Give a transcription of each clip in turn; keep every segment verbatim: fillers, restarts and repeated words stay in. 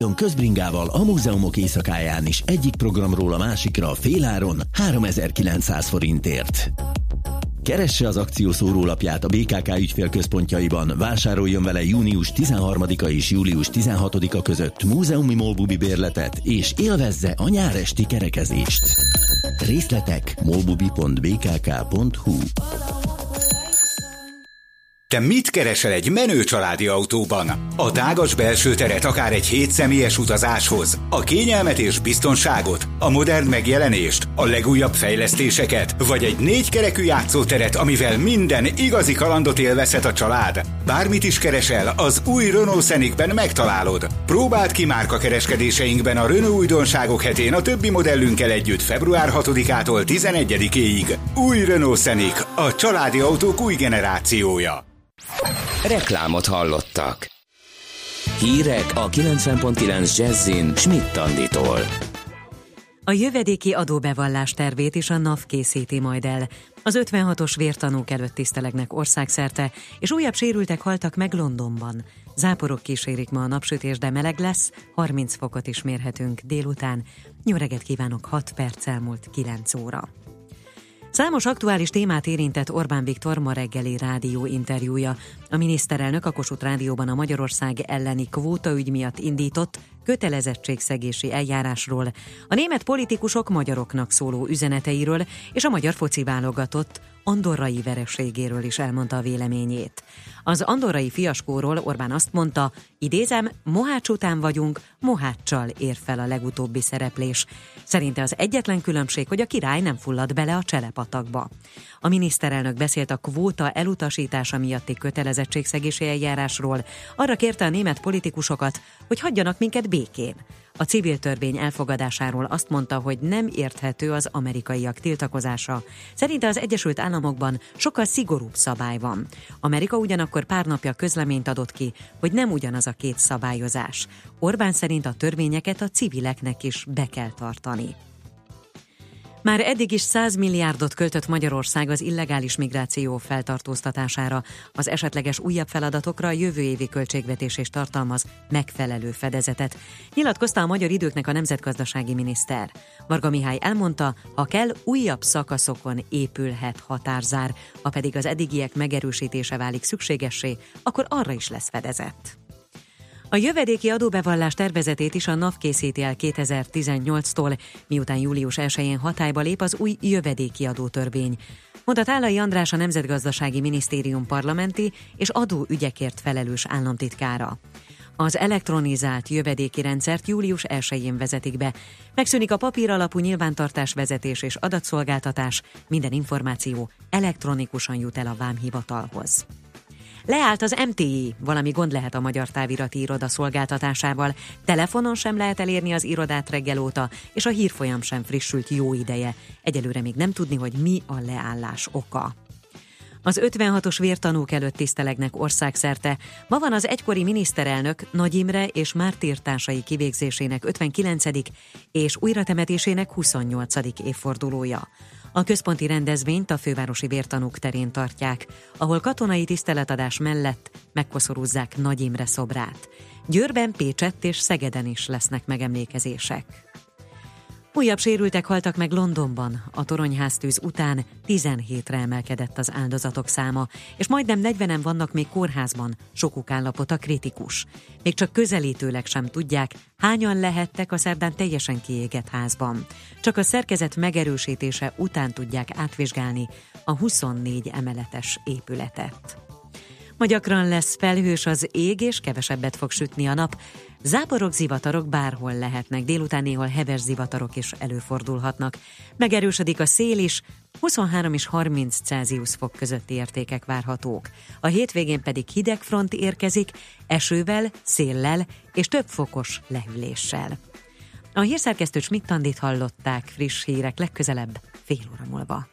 Közbringával a múzeumok éjszakáján is egyik programról a másikra féláron háromezer-kilencszáz forintért. Keresse az akció szórólapját a bé ká ká ügyfélközpontjaiban, vásároljon vele június tizenharmadika és július tizenhatodika között múzeumi molbubi bérletet, és élvezze a nyáresti kerekezést. Részletek molbubi pont bé ká ká pont hú. Te mit keresel egy menő családi autóban? A tágas belső teret akár egy hétszemélyes utazáshoz, a kényelmet és biztonságot, a modern megjelenést, a legújabb fejlesztéseket, vagy egy négykerekű játszóteret, amivel minden igazi kalandot élvezhet a család? Bármit is keresel, az új Renault Scenicben megtalálod. Próbáld ki márkakereskedéseinkben a Renault újdonságok hetén a többi modellünkkel együtt február hatodikától tizenegyedikéig. Új Renault Scenic, a családi autók új generációja. Reklámot hallottak. Hírek a kilencven pont kilenc Jazzin Schmidt Anditól. A jövedéki adóbevallás tervét is a NAV készíti majd el. Az ötvenhatos vértanúk előtt tisztelegnek országszerte, és újabb sérültek haltak meg Londonban. Záporok kísérik ma a napsütés, de meleg lesz, harminc fokot is mérhetünk délután. Jó reggelt kívánok, hat perc elmúlt kilenc óra. Számos aktuális témát érintett Orbán Viktor ma reggeli rádió interjúja. A miniszterelnök a Kossuth Rádióban a Magyarország elleni kvótaügy miatt indított kötelezettségszegési eljárásról, a német politikusok magyaroknak szóló üzeneteiről és a magyar foci válogatott andorrai vereségéről is elmondta a véleményét. Az andorrai fiaskóról Orbán azt mondta, idézem, Mohács után vagyunk, Moháccsal ér fel a legutóbbi szereplés. Szerinte az egyetlen különbség, hogy a király nem fullad bele a Cselepatakba. A miniszterelnök beszélt a kvóta elutasítása miatti kötelezettségszegési eljárásról, arra kérte a német politikusokat, hogy hagyjanak minket békén. A civil törvény elfogadásáról azt mondta, hogy nem érthető az amerikaiak tiltakozása. Szerinte az Egyesült Államokban sokkal szigorúbb szabály van. Amerika ugyanakkor pár napja közleményt adott ki, hogy nem ugyanaz a két szabályozás. Orbán szerint a törvényeket a civileknek is be kell tartani. Már eddig is száz milliárdot költött Magyarország az illegális migráció feltartóztatására. Az esetleges újabb feladatokra a jövő évi költségvetés és tartalmaz megfelelő fedezetet. Nyilatkozta a Magyar Időknek a nemzetgazdasági miniszter. Varga Mihály elmondta, ha kell, újabb szakaszokon épülhet határzár, ha pedig az eddigiek megerősítése válik szükségessé, akkor arra is lesz fedezet. A jövedéki adóbevallás tervezetét is a NAV készíti el kétezer-tizennyolctól, miután július elsején hatályba lép az új jövedéki adótörvény. Mondta Tálai András, a Nemzetgazdasági Minisztérium parlamenti és adóügyekért felelős államtitkára. Az elektronizált jövedéki rendszert július elsején vezetik be. Megszűnik a papír alapú nyilvántartás vezetés és adatszolgáltatás, minden információ elektronikusan jut el a vámhivatalhoz. Leállt az em té i, valami gond lehet a Magyar Távirati Iroda szolgáltatásával, telefonon sem lehet elérni az irodát reggel óta, és a hírfolyam sem frissült jó ideje. Egyelőre még nem tudni, hogy mi a leállás oka. Az ötvenhatos vértanúk előtt tisztelegnek országszerte. Ma van az egykori miniszterelnök Nagy Imre és mártírtársai kivégzésének ötvenkilencedik és újratemetésének huszonnyolcadik évfordulója. A központi rendezvényt a fővárosi vértanúk terén tartják, ahol katonai tiszteletadás mellett megkoszorúzzák Nagy Imre szobrát. Győrben, Pécsett és Szegeden is lesznek megemlékezések. Újabb sérültek haltak meg Londonban. A toronyháztűz után tizenhétre emelkedett az áldozatok száma, és majdnem negyvenen vannak még kórházban, sokuk állapota kritikus. Még csak közelítőleg sem tudják, hányan lehettek a szerdán teljesen kiégett házban. Csak a szerkezet megerősítése után tudják átvizsgálni a huszonnégy emeletes épületet. Ma gyakran lesz felhős az ég, és kevesebbet fog sütni a nap. Záporok, zivatarok bárhol lehetnek, délután néhol heves zivatarok is előfordulhatnak. Megerősödik a szél is, huszonhárom és harminc Celsius fok közötti értékek várhatók. A hétvégén pedig hideg front érkezik, esővel, széllel és több fokos lehűléssel. A hírszerkesztő Schmidt Andit hallották, friss hírek legközelebb fél óra múlva.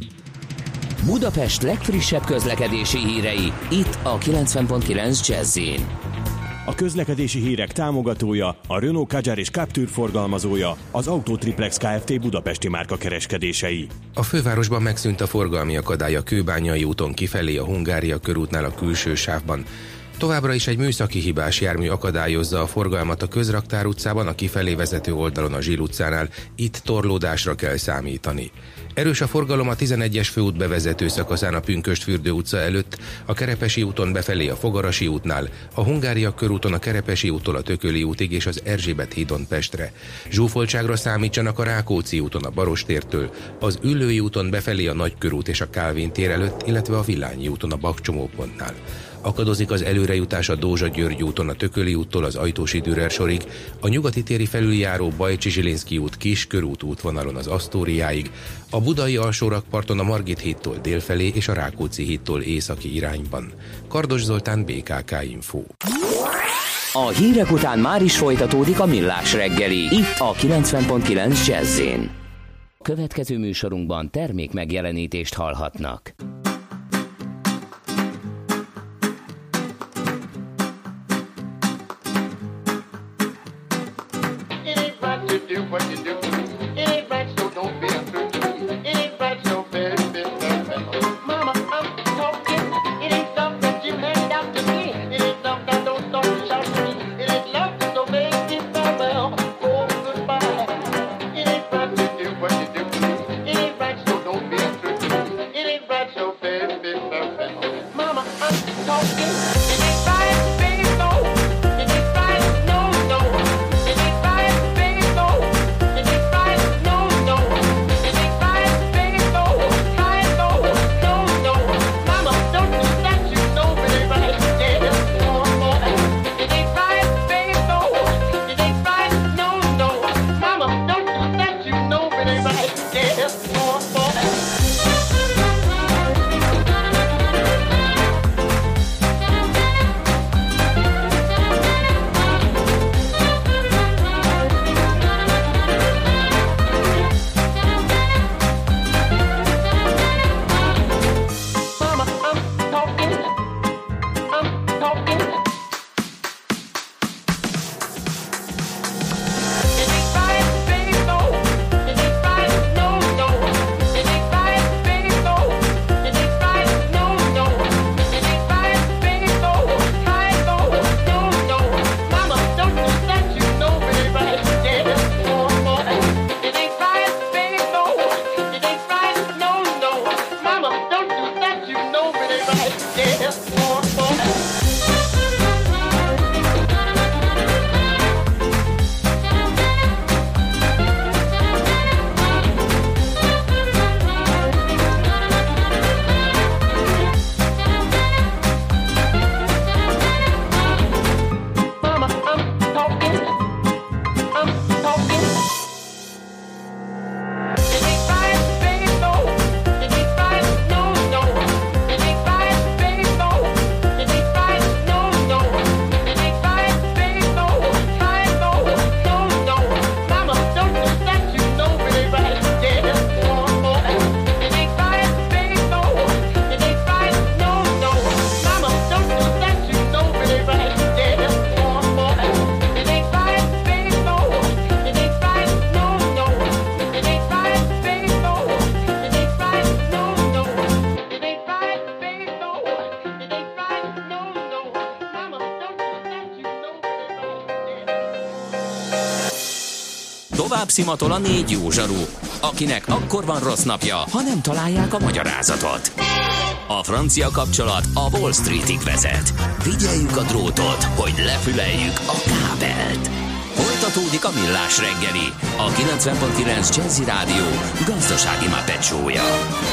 Budapest legfrissebb közlekedési hírei, itt a kilencven pont kilenc Jazz-in. A közlekedési hírek támogatója, a Renault Kadjar és Captur forgalmazója, az Autotriplex Kft. Budapesti márka kereskedései. A fővárosban megszűnt a forgalmi akadály a Kőbányai úton kifelé a Hungária körútnál a külső sávban. Továbbra is egy műszaki hibás jármű akadályozza a forgalmat a Közraktár utcában, a kifelé vezető oldalon a Zsill utcánál, itt torlódásra kell számítani. Erős a forgalom a tizenegyes főút bevezető szakaszán a Pünkösdfürdő utca előtt, a Kerepesi úton befelé a Fogarasi útnál, a Hungária körúton a Kerepesi úttól a Tököli útig és az Erzsébet hídon Pestre. Zsúfoltságra számítsanak a Rákóczi úton a Barostértől, az Üllői úton befelé a Nagykörút és a Kálvin tér előtt, illetve a Villányi úton a Bakcsomópontnál. Akadozik az előrejutás a Dózsa-György úton a Tököli úttól az Ajtósi Dürer sorig, a nyugati téri felüljáró Bajcsi-Zsilinszky út kis körút útvonalon az Asztóriáig, a budai alsórakparton a Margit hídtól délfelé és a Rákóczi hídtól északi irányban. Kardos Zoltán, bé ká ká Info. A hírek után már is folytatódik a Millás reggeli, itt a kilencven pont kilenc Jazz-én. Következő műsorunkban termék megjelenítést hallhatnak. Tovább szimatol a négy jó zsaru, akinek akkor van rossz napja, ha nem találják a magyarázatot. A francia kapcsolat a Wall Streetig vezet. Figyeljük a drótot, hogy lefüleljük a kábelt. Folytatódik a Millás reggeli, a kilencven pont kilenc Jazzy Rádió gazdasági mápecsója.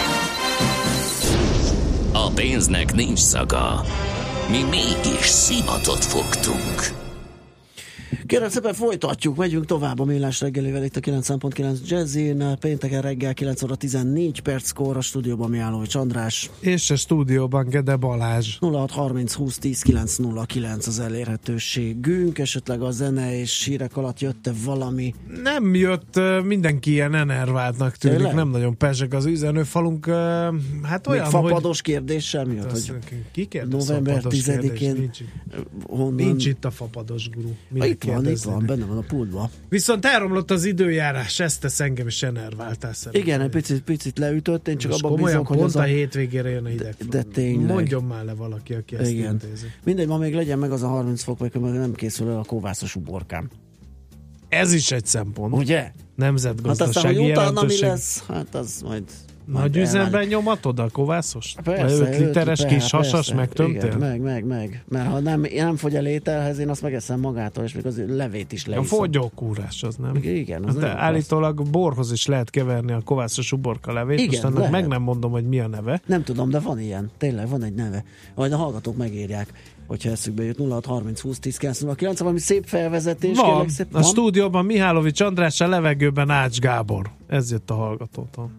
A pénznek nincs szaga. Mi mégis szimatot fogtunk. Kérem szépen folytatjuk, megyünk tovább a Millás reggelivel itt a kilencven pont kilenc Jazzin. Pénteken reggel kilenc óra tizennégy perckor a stúdióban Mihálovics András. És a stúdióban Gede Balázs. nulla hat harminc húsz tíz kilenc nulla kilenc az elérhetőségünk. Esetleg a zene és hírek alatt jött-e valami? Nem jött, mindenki ilyen enerváltnak tűnik, Tényleg? Nem nagyon pezseg az üzenőfalunk. Hát olyan, még fapados hogy... kérdés sem jött, hogy ki kérdez november tizedikén nincs, nincs itt a fapados guru. Itt van, kérdezni. Van, itt van, benne van a pultban. Viszont elromlott az időjárás, ezt tesz engem is enerváltál szerintem. Igen, egy picit, picit leütött, én csak most abban komolyan, bízok, hogy pont az a hétvégére jön a hideg. De, de tényleg. Mondjon már le valaki, aki ezt igen. intézi. Mindegy, ma még legyen meg az a harminc fok, mert nem készül el a kovászos uborkám. Ez is egy szempont. Ugye? Nemzetgazdasági hát aztán, hogy utána jelentőség. mi lesz, hát az majd... Nagy üzemben nyomatod a kovászos? Persze, öt literes persze, kis hasas persze. megtömtél? Igen, meg, meg, meg. Mert ha nem, nem fogy el ételhez, én azt megeszem magától, és még az levét is A leiszom. fogyókúrás az nem. Igen, az de nem állítólag borhoz is lehet keverni a kovászos uborka levét, igen, most annak lehet. meg nem mondom, hogy mi a neve. Nem tudom, de van ilyen. Tényleg van egy neve. Majd a hallgatók megírják, hogyha eszükbe jut. Nulla hat harminc húsz tíz kilenc nulla kilenc, valami szép felvezetés. Van. Kérlek, szép. A Van? stúdióban Mihálovics András, a levegőben Ács Gábor. Ez jött a hallgatótól.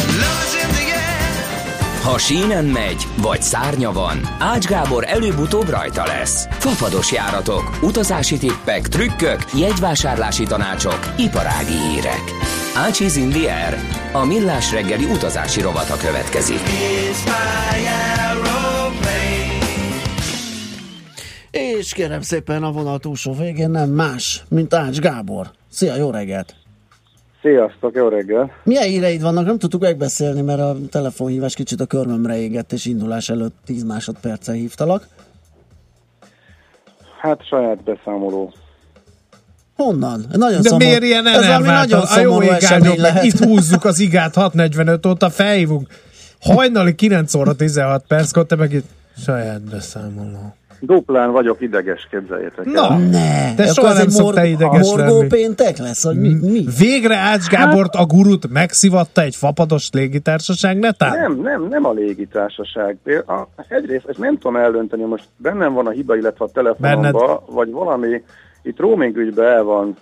Ha sínen megy, vagy szárnya van, Ács Gábor előbb-utóbb rajta lesz. Fafados járatok, utazási tippek, trükkök, jegyvásárlási tanácsok, iparági hírek. Ácsiz in the air. A millás reggeli utazási rovata következik. És kérem szépen, a vonal túlsó végén nem más, mint Ács Gábor. Szia, jó reggelt! Sziasztok, jó reggel! Milyen híreid vannak? Nem tudtuk megbeszélni, mert a telefonhívás kicsit a körmömre égett, és indulás előtt tíz másodperccel hívtalak. Hát saját beszámoló. Honnan? Nagyon De szomor... miért ilyen Ez valami nagyon enerváltan? A jó szomorú esemény égányok, lehet. itt húzzuk az igát hat negyvenöt óta, felhívunk. Hajnali kilenc óra tizenhat perckor, te meg itt saját beszámoló. Duplán vagyok ideges, képzeljétek el. Na, Ne, te akkor soha ez nem egy szoktál ideges morgó lenni. péntek lesz, vagy mi? mi? Végre Ács Gábort, a gurut megszivatta egy fapados légitársaság netán? Nem, nem, nem a légitársaság. A, egyrészt, ezt nem tudom eldönteni, most bennem van a hiba, illetve a telefonomba, vagy valami itt roaming ügybe el van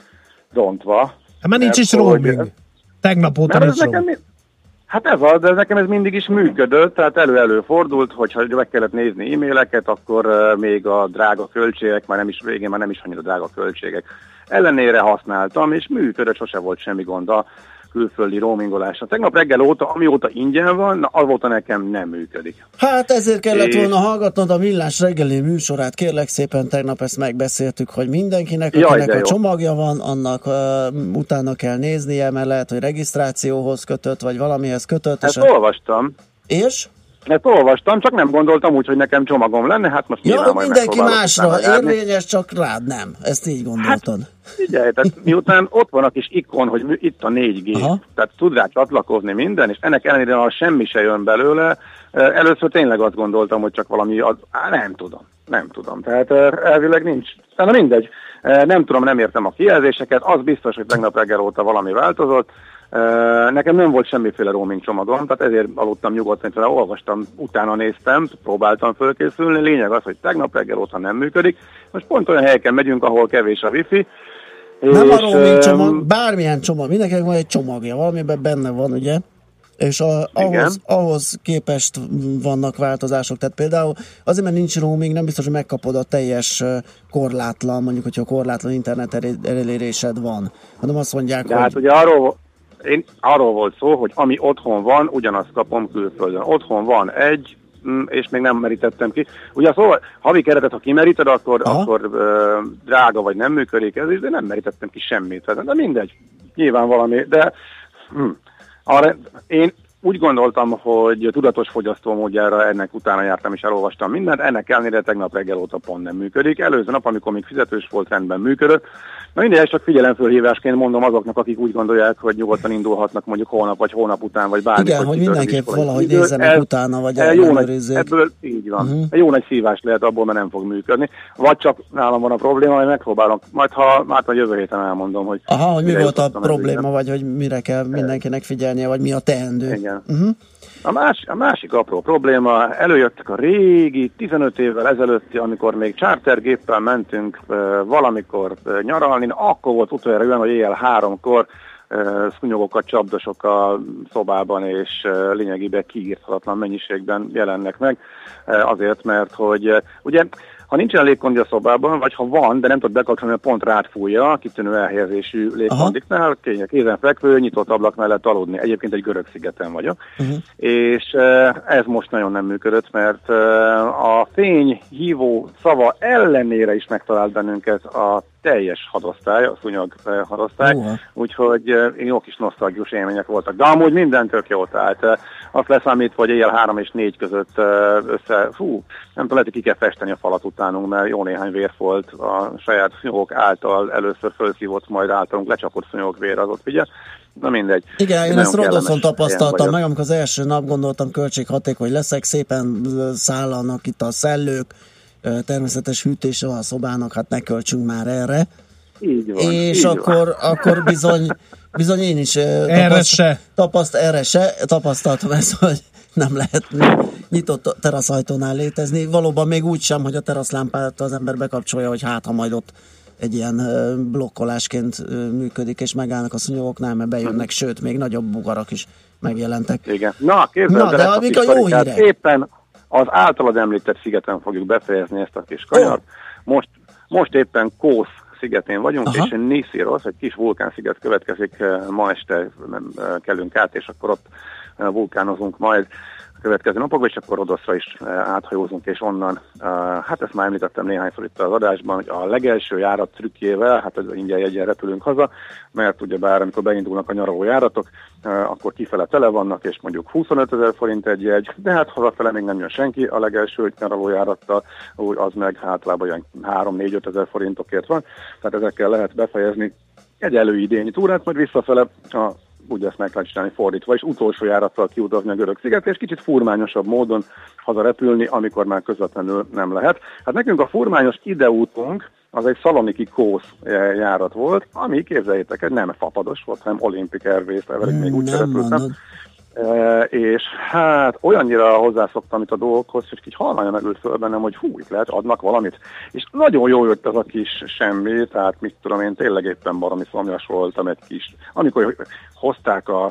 dontva. Hát már nincs is roaming. Tegnap óta nincs roaming. Hát ez az, de nekem ez mindig is működött, tehát elő-elő fordult, hogyha meg kellett nézni e-maileket, akkor uh, még a drága költségek, már nem is végén, már nem is annyira drága költségek ellenére használtam, és működött, sose volt semmi gond a külföldi roamingolásra. Tegnap reggel óta, amióta ingyen van, na, azóta nekem nem működik. Hát ezért kellett és... volna hallgatnod a Millás reggeli műsorát, kérlek szépen, tegnap ezt megbeszéltük, hogy mindenkinek, Jaj, akinek a jó. csomagja van, annak uh, utána kell néznie, mert lehet, hogy regisztrációhoz kötött, vagy valamihez kötött. Ezt és olvastam. És? Ezt olvastam, csak nem gondoltam úgy, hogy nekem csomagom lenne, hát most Ja, nyilván hogy majd mindenki megpróbálok másra utána járni. érvényes, csak rád nem. Ezt így gondoltad. Hát, Figyelj, tehát miután ott van a kis ikon, hogy mű- itt a négy G, aha, tehát tud rá csatlakozni minden, és ennek ellenére, ha semmi se jön belőle, eh, először tényleg azt gondoltam, hogy csak valami, az, á, nem tudom, nem tudom, tehát eh, elvileg nincs, tehát mindegy, Eh, nem tudom, nem értem a kijelzéseket, az biztos, hogy tegnap reggel óta valami változott. Uh, nekem nem volt semmiféle roaming csomagom, tehát ezért aludtam nyugodtan, tehát olvastam, utána néztem, próbáltam fölkészülni, lényeg az, hogy tegnap reggel óta nem működik. Most pont olyan helyeken megyünk, ahol kevés a wifi. nem és, a roaming um, csomag, bármilyen csomag, mindenkinek van egy csomagja, valamiben benne van, ugye? És a, ahhoz, ahhoz képest vannak változások. Tehát például azért, mert nincs roaming, nem biztos, hogy megkapod a teljes korlátlan, mondjuk, hogyha korlátlan internet elérésed van. Hanem azt mondják, de hogy... hát ugye arról, én, arról volt szó, hogy ami otthon van, ugyanazt kapom külföldön. Otthon van egy, és még nem merítettem ki. Ugye szóval havi keretet, ha kimeríted, akkor, akkor uh, drága vagy nem működik ez is, de nem merítettem ki semmit. De mindegy, nyilván valami, de... Hm. Arra, én úgy gondoltam, hogy tudatos fogyasztómódjára ennek utána jártam és elolvastam mindent, ennek ellenére tegnap reggel óta pont nem működik. Előző nap, amikor még fizetős volt, rendben működött. Na mindegy, csak figyelemfölhívásként mondom azoknak, akik úgy gondolják, hogy nyugodtan indulhatnak mondjuk holnap vagy hónap után, vagy bármikor. Igen, hogy mindenképp valahogy idő. nézzenek ez, utána, vagy ez jó nagy, ellenőrizzék. ebből így van. Uh-huh. Jó nagy szívás lehet abból, mert nem fog működni. Vagy csak nálam van a probléma, hogy megpróbálom. Majd ha már a jövő héten elmondom, hogy... Aha, hogy mi volt a probléma, ezért. vagy hogy mire kell mindenkinek figyelnie, vagy mi a teendő. Igen. Uh-huh. A, más, a másik apró probléma, előjöttek a régi, tizenöt évvel ezelőtti, amikor még chartergéppel mentünk e, valamikor e, nyaralni, akkor volt utoljára olyan, hogy éjjel háromkor e, szúnyogokat csapdosok a szobában, és e, lényegében kiírthatatlan mennyiségben jelennek meg, e, azért, mert hogy e, ugye ha nincsen légkondi a szobában, vagy ha van, de nem tud bekapcsolni, mert pont rád fújja a kitűnő elhelyezésű légkondiknál, kézen fekvő, nyitott ablak mellett aludni. Egyébként egy görög szigeten vagyok. Uh-huh. És ez most nagyon nem működött, mert a fény hívó szava ellenére is megtalált bennünket a teljes hadosztály, a szúnyog hadosztály, uh-huh. úgyhogy jó kis nosztalgikus élmények voltak. De amúgy minden tök jó, tehát azt leszámítva, hogy éjjel három és négy között össze, fú, nem tudom, lehet, hogy ki kell festeni a falat utánunk, mert jó néhány vér volt a saját szúnyogok által először felszívott, majd általunk lecsapott szúnyogvér, az ott ugye. Na mindegy. Igen, én ezt Rodoszon tapasztaltam meg, amikor az első nap gondoltam, költséghatékony leszek, szépen szállanak itt a szellők, természetes hűtése van a szobának, hát ne költsünk már erre. Így van, és így akkor, van. akkor bizony, bizony én is erre tapaszt, se. Tapaszt, erre se, tapasztaltam ezt, hogy nem lehet nyitott teraszajtónál létezni. Valóban még úgy sem, hogy a teraszlámpát az ember bekapcsolja, hogy hát ha majd ott egy ilyen blokkolásként működik, és megállnak a szúnyogoknál, mert bejönnek, sőt, még nagyobb bugarak is megjelentek. Igen. Na, képzeld, Na, de a amik a jó hírek. Éppen az általad említett szigeten fogjuk befejezni ezt a kis kanyart. Oh. Most, most éppen Kósz szigetén vagyunk, aha. és Niszirosz, egy kis vulkánsziget következik, ma este kelünk át, és akkor ott vulkánozunk majd a következő napokban, és akkor Rodoszra is áthajózunk, és onnan, hát ezt már említettem néhányszor itt az adásban, hogy a legelső járat trükkjével, hát ingyen jegyen repülünk haza, mert ugyebár amikor beindulnak a nyaraló járatok, akkor kifele tele vannak, és mondjuk huszonöt ezer forint egy jegy, de hát hazafele még nem jön senki a legelső nyaraló járattal, úgy az meg általában olyan három-négy-öt ezer forintokért van, tehát ezekkel lehet befejezni egy előidényi túrát, majd visszafele a úgy ezt meg kell csinálni fordítva, és utolsó járattal kiutazni a görög szigetre, és kicsit furmányosabb módon hazarepülni, amikor már közvetlenül nem lehet. Hát nekünk a furmányos ideútunk az egy Szaloniki-Kósz járat volt, ami, képzeljétek, egy nem fapados volt, hanem Olympic Airways-vel, velük még úgy repültem. E, és hát olyannyira hozzászoktam itt a dolgokhoz, hogy így halványa megült föl bennem, hogy hú, itt lehet, adnak valamit. És nagyon jó jött az a kis semmi, tehát mit tudom én, tényleg éppen baromi szomjas voltam egy kis, amikor hozták a,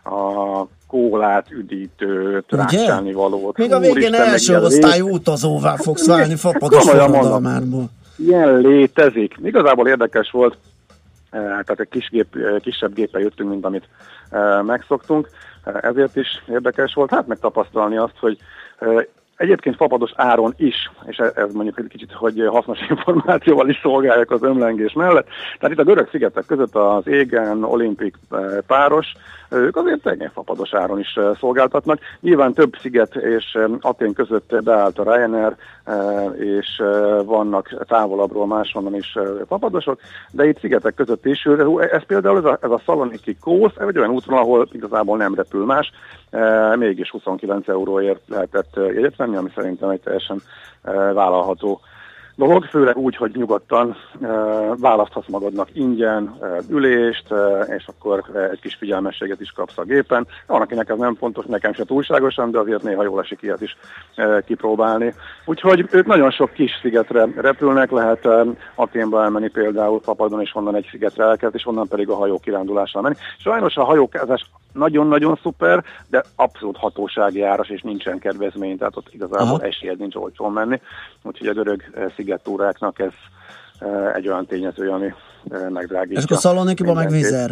a kólát, üdítőt, rákcsálni valót. Még a végén első osztályú utazóvá fogsz válni fapados forradalmárból. Ilyen létezik. Igazából érdekes volt, tehát egy kis gép, kisebb géppel jöttünk, mint amit megszoktunk, ezért is érdekes volt, hát megtapasztalni azt, hogy egyébként fapados áron is, és ez mondjuk egy kicsit, hogy hasznos információval is szolgálják az ömlengés mellett. Tehát itt a görög szigetek között az Égen, Olimpik páros, ők azért teljesen fapados áron is szolgáltatnak. Nyilván több sziget és Atén között beállt a Ryanair, és vannak távolabbról máshonnan is fapadosok, de itt szigetek között is. Ez például ez a, ez a Szaloniki-Kósz, egy olyan útvonal, ahol igazából nem repül más, mégis huszonkilenc euróért lehetett jegyet venni, ami szerintem egy teljesen vállalható dolog, főleg úgy, hogy nyugodtan e, választhatsz magadnak ingyen e, ülést, e, és akkor egy kis figyelmességet is kapsz a gépen. Van, akinek ez nem fontos, nekem se túlságosan, de azért néha jól esik ilyet is e, kipróbálni. Úgyhogy ők nagyon sok kis szigetre repülnek, lehet e, Athénba elmenni például Papadon, és onnan egy szigetre elkezd, és onnan pedig a hajó kirándulással menni. Sajnos a hajókázás nagyon-nagyon szuper, de abszolút hatósági áras, és nincsen kedvezmény, tehát ott igazából aha. esélyed nincs olcsón menni. Úgyhogy a görög szigettúráknak ez e, egy olyan tényező, ami e, megdrágítja. És akkor Szalonikiban meg Vizer?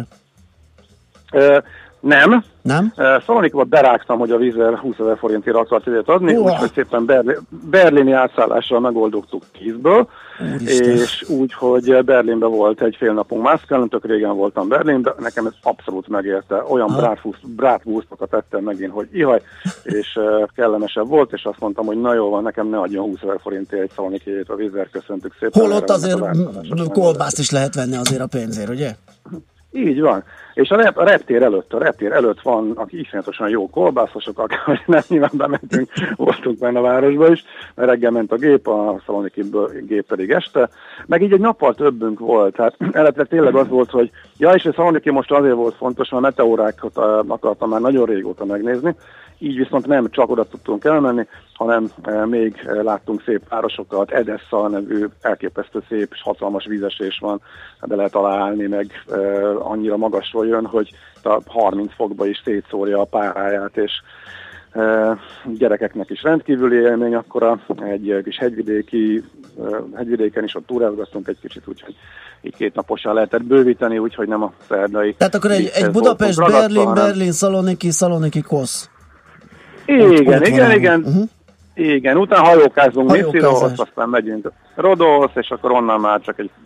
E, nem. Nem? E, Szalonikiban berágtam, hogy a Vizer húszezer forintért akart időt adni, úgyhogy szépen Berli- berlini átszállással megoldottuk tízből, Úristen. És úgy, hogy Berlinben volt egy fél napunk mászkálni, tök régen voltam Berlinben, nekem ez abszolút megérte. Olyan bratwurstokat tettem megint, hogy ihaj, és uh, kellemesebb volt, és azt mondtam, hogy na jó van, nekem ne adjon húszezer forintért egy Szalonikijét a Vizer, köszöntük szépen. Hol ott azért kolbászt is lehet venni azért a pénzért, ugye? Így van. És a, rep, a reptér előtt, a reptér előtt van, aki iszonyatosan jó kolbászosok, akik nem nyilván bementünk, voltunk benne a városba is, mert reggel ment a gép, a Szaloniki gép pedig este, meg így egy nappal többünk volt, tehát eredetileg tényleg az volt, hogy ja, és a Szaloniki most azért volt fontos, mert a meteórákat akartam már nagyon régóta megnézni, így viszont nem csak oda tudtunk elmenni, hanem e, még e, láttunk szép városokat, Edessa nevű elképesztő szép és hatalmas vízesés van, de lehet aláállni, meg e, annyira magasról jön, hogy a harminc fokba is szétszórja a páráját, és e, gyerekeknek is rendkívüli élmény, akkora egy kis hegyvidéki, e, hegyvidéken is ott túrázgattunk egy kicsit, úgyhogy így két naposan lehetett bővíteni, úgyhogy nem a szerdai. Tehát akkor egy, egy Budapest, Berlin, hanem... Berlin, Szaloniki, Szaloniki, Kosz. Igen, igen, igen. Uh-huh. Igen, utána hajókázunk Niszirosz, aztán megyünk Rodosz, és akkor onnan már csak egy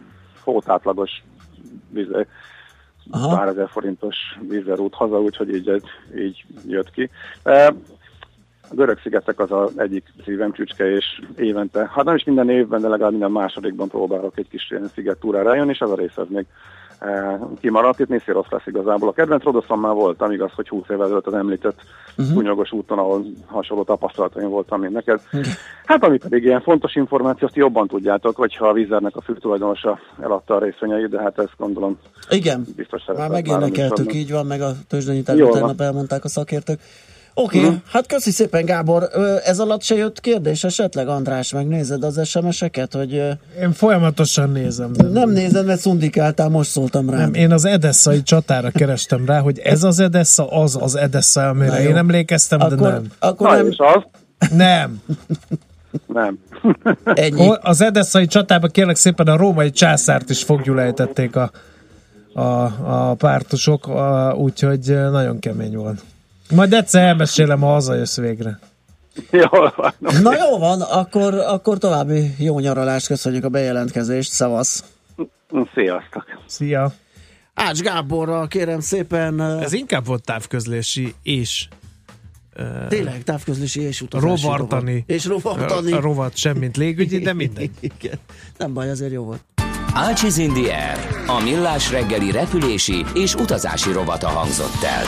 fót átlagos víze, pár ezer forintos vízerút haza, úgyhogy így, így jött ki. A Görög-szigetek az az egyik szívem csücske, és évente, hát nem is minden évben, de legalább minden másodikban próbálok egy kis ilyen sziget túrára jönni, és ez a rész az még e, kimaradt. Itt Niszirosz lesz igazából. A kedvenc Rodoszon már voltam, igaz, hogy húsz évvel ezelőtt az említett uh-huh. Kunyogos úton, ahol hasonló tapasztalataim voltam, mint neked. Uh-huh. Hát ami pedig ilyen fontos információ, azt jobban tudjátok, hogyha a Vizernek a főtulajdonosa eladta a részvényeit, de hát ezt gondolom igen, biztos már megénekeltük, így van, meg a tőzsdenyításban tegnap elmondták a szakértők. Oké, okay, uh-huh. hát köszi szépen, Gábor. Ez alatt se jött kérdés esetleg, András? Megnézed az es em es-eket? Hogy... Én folyamatosan nézem. De... Nem nézem, mert szundikáltál, most szóltam rá. Nem, én az edesszai csatára kerestem rá, hogy ez az Edessa, az az Edessa, amire én emlékeztem, akkor, de nem. Akkor nem. Az? Nem. Nem. Ennyi. Az edesszai csatában kérlek szépen a római császárt is foggyulejtették a, a, a pártusok, úgyhogy nagyon kemény volt. Majd egyszer elmesélem, ha hazajössz végre. Jól van. Na jó van, akkor, akkor további jó nyaralást, köszönjük a bejelentkezést, szavasz. Sziasztok. Szia. Ács Gáborral kérem szépen. Ez inkább volt távközlési és uh, tényleg távközlési és utazási rovartani. Rovat. És rovartani. A rovat semmint légügyi, de mindegy. Igen. Nem baj, azért jó volt. Ácsiz in the Air, a millás reggeli repülési és utazási rovata hangzott el.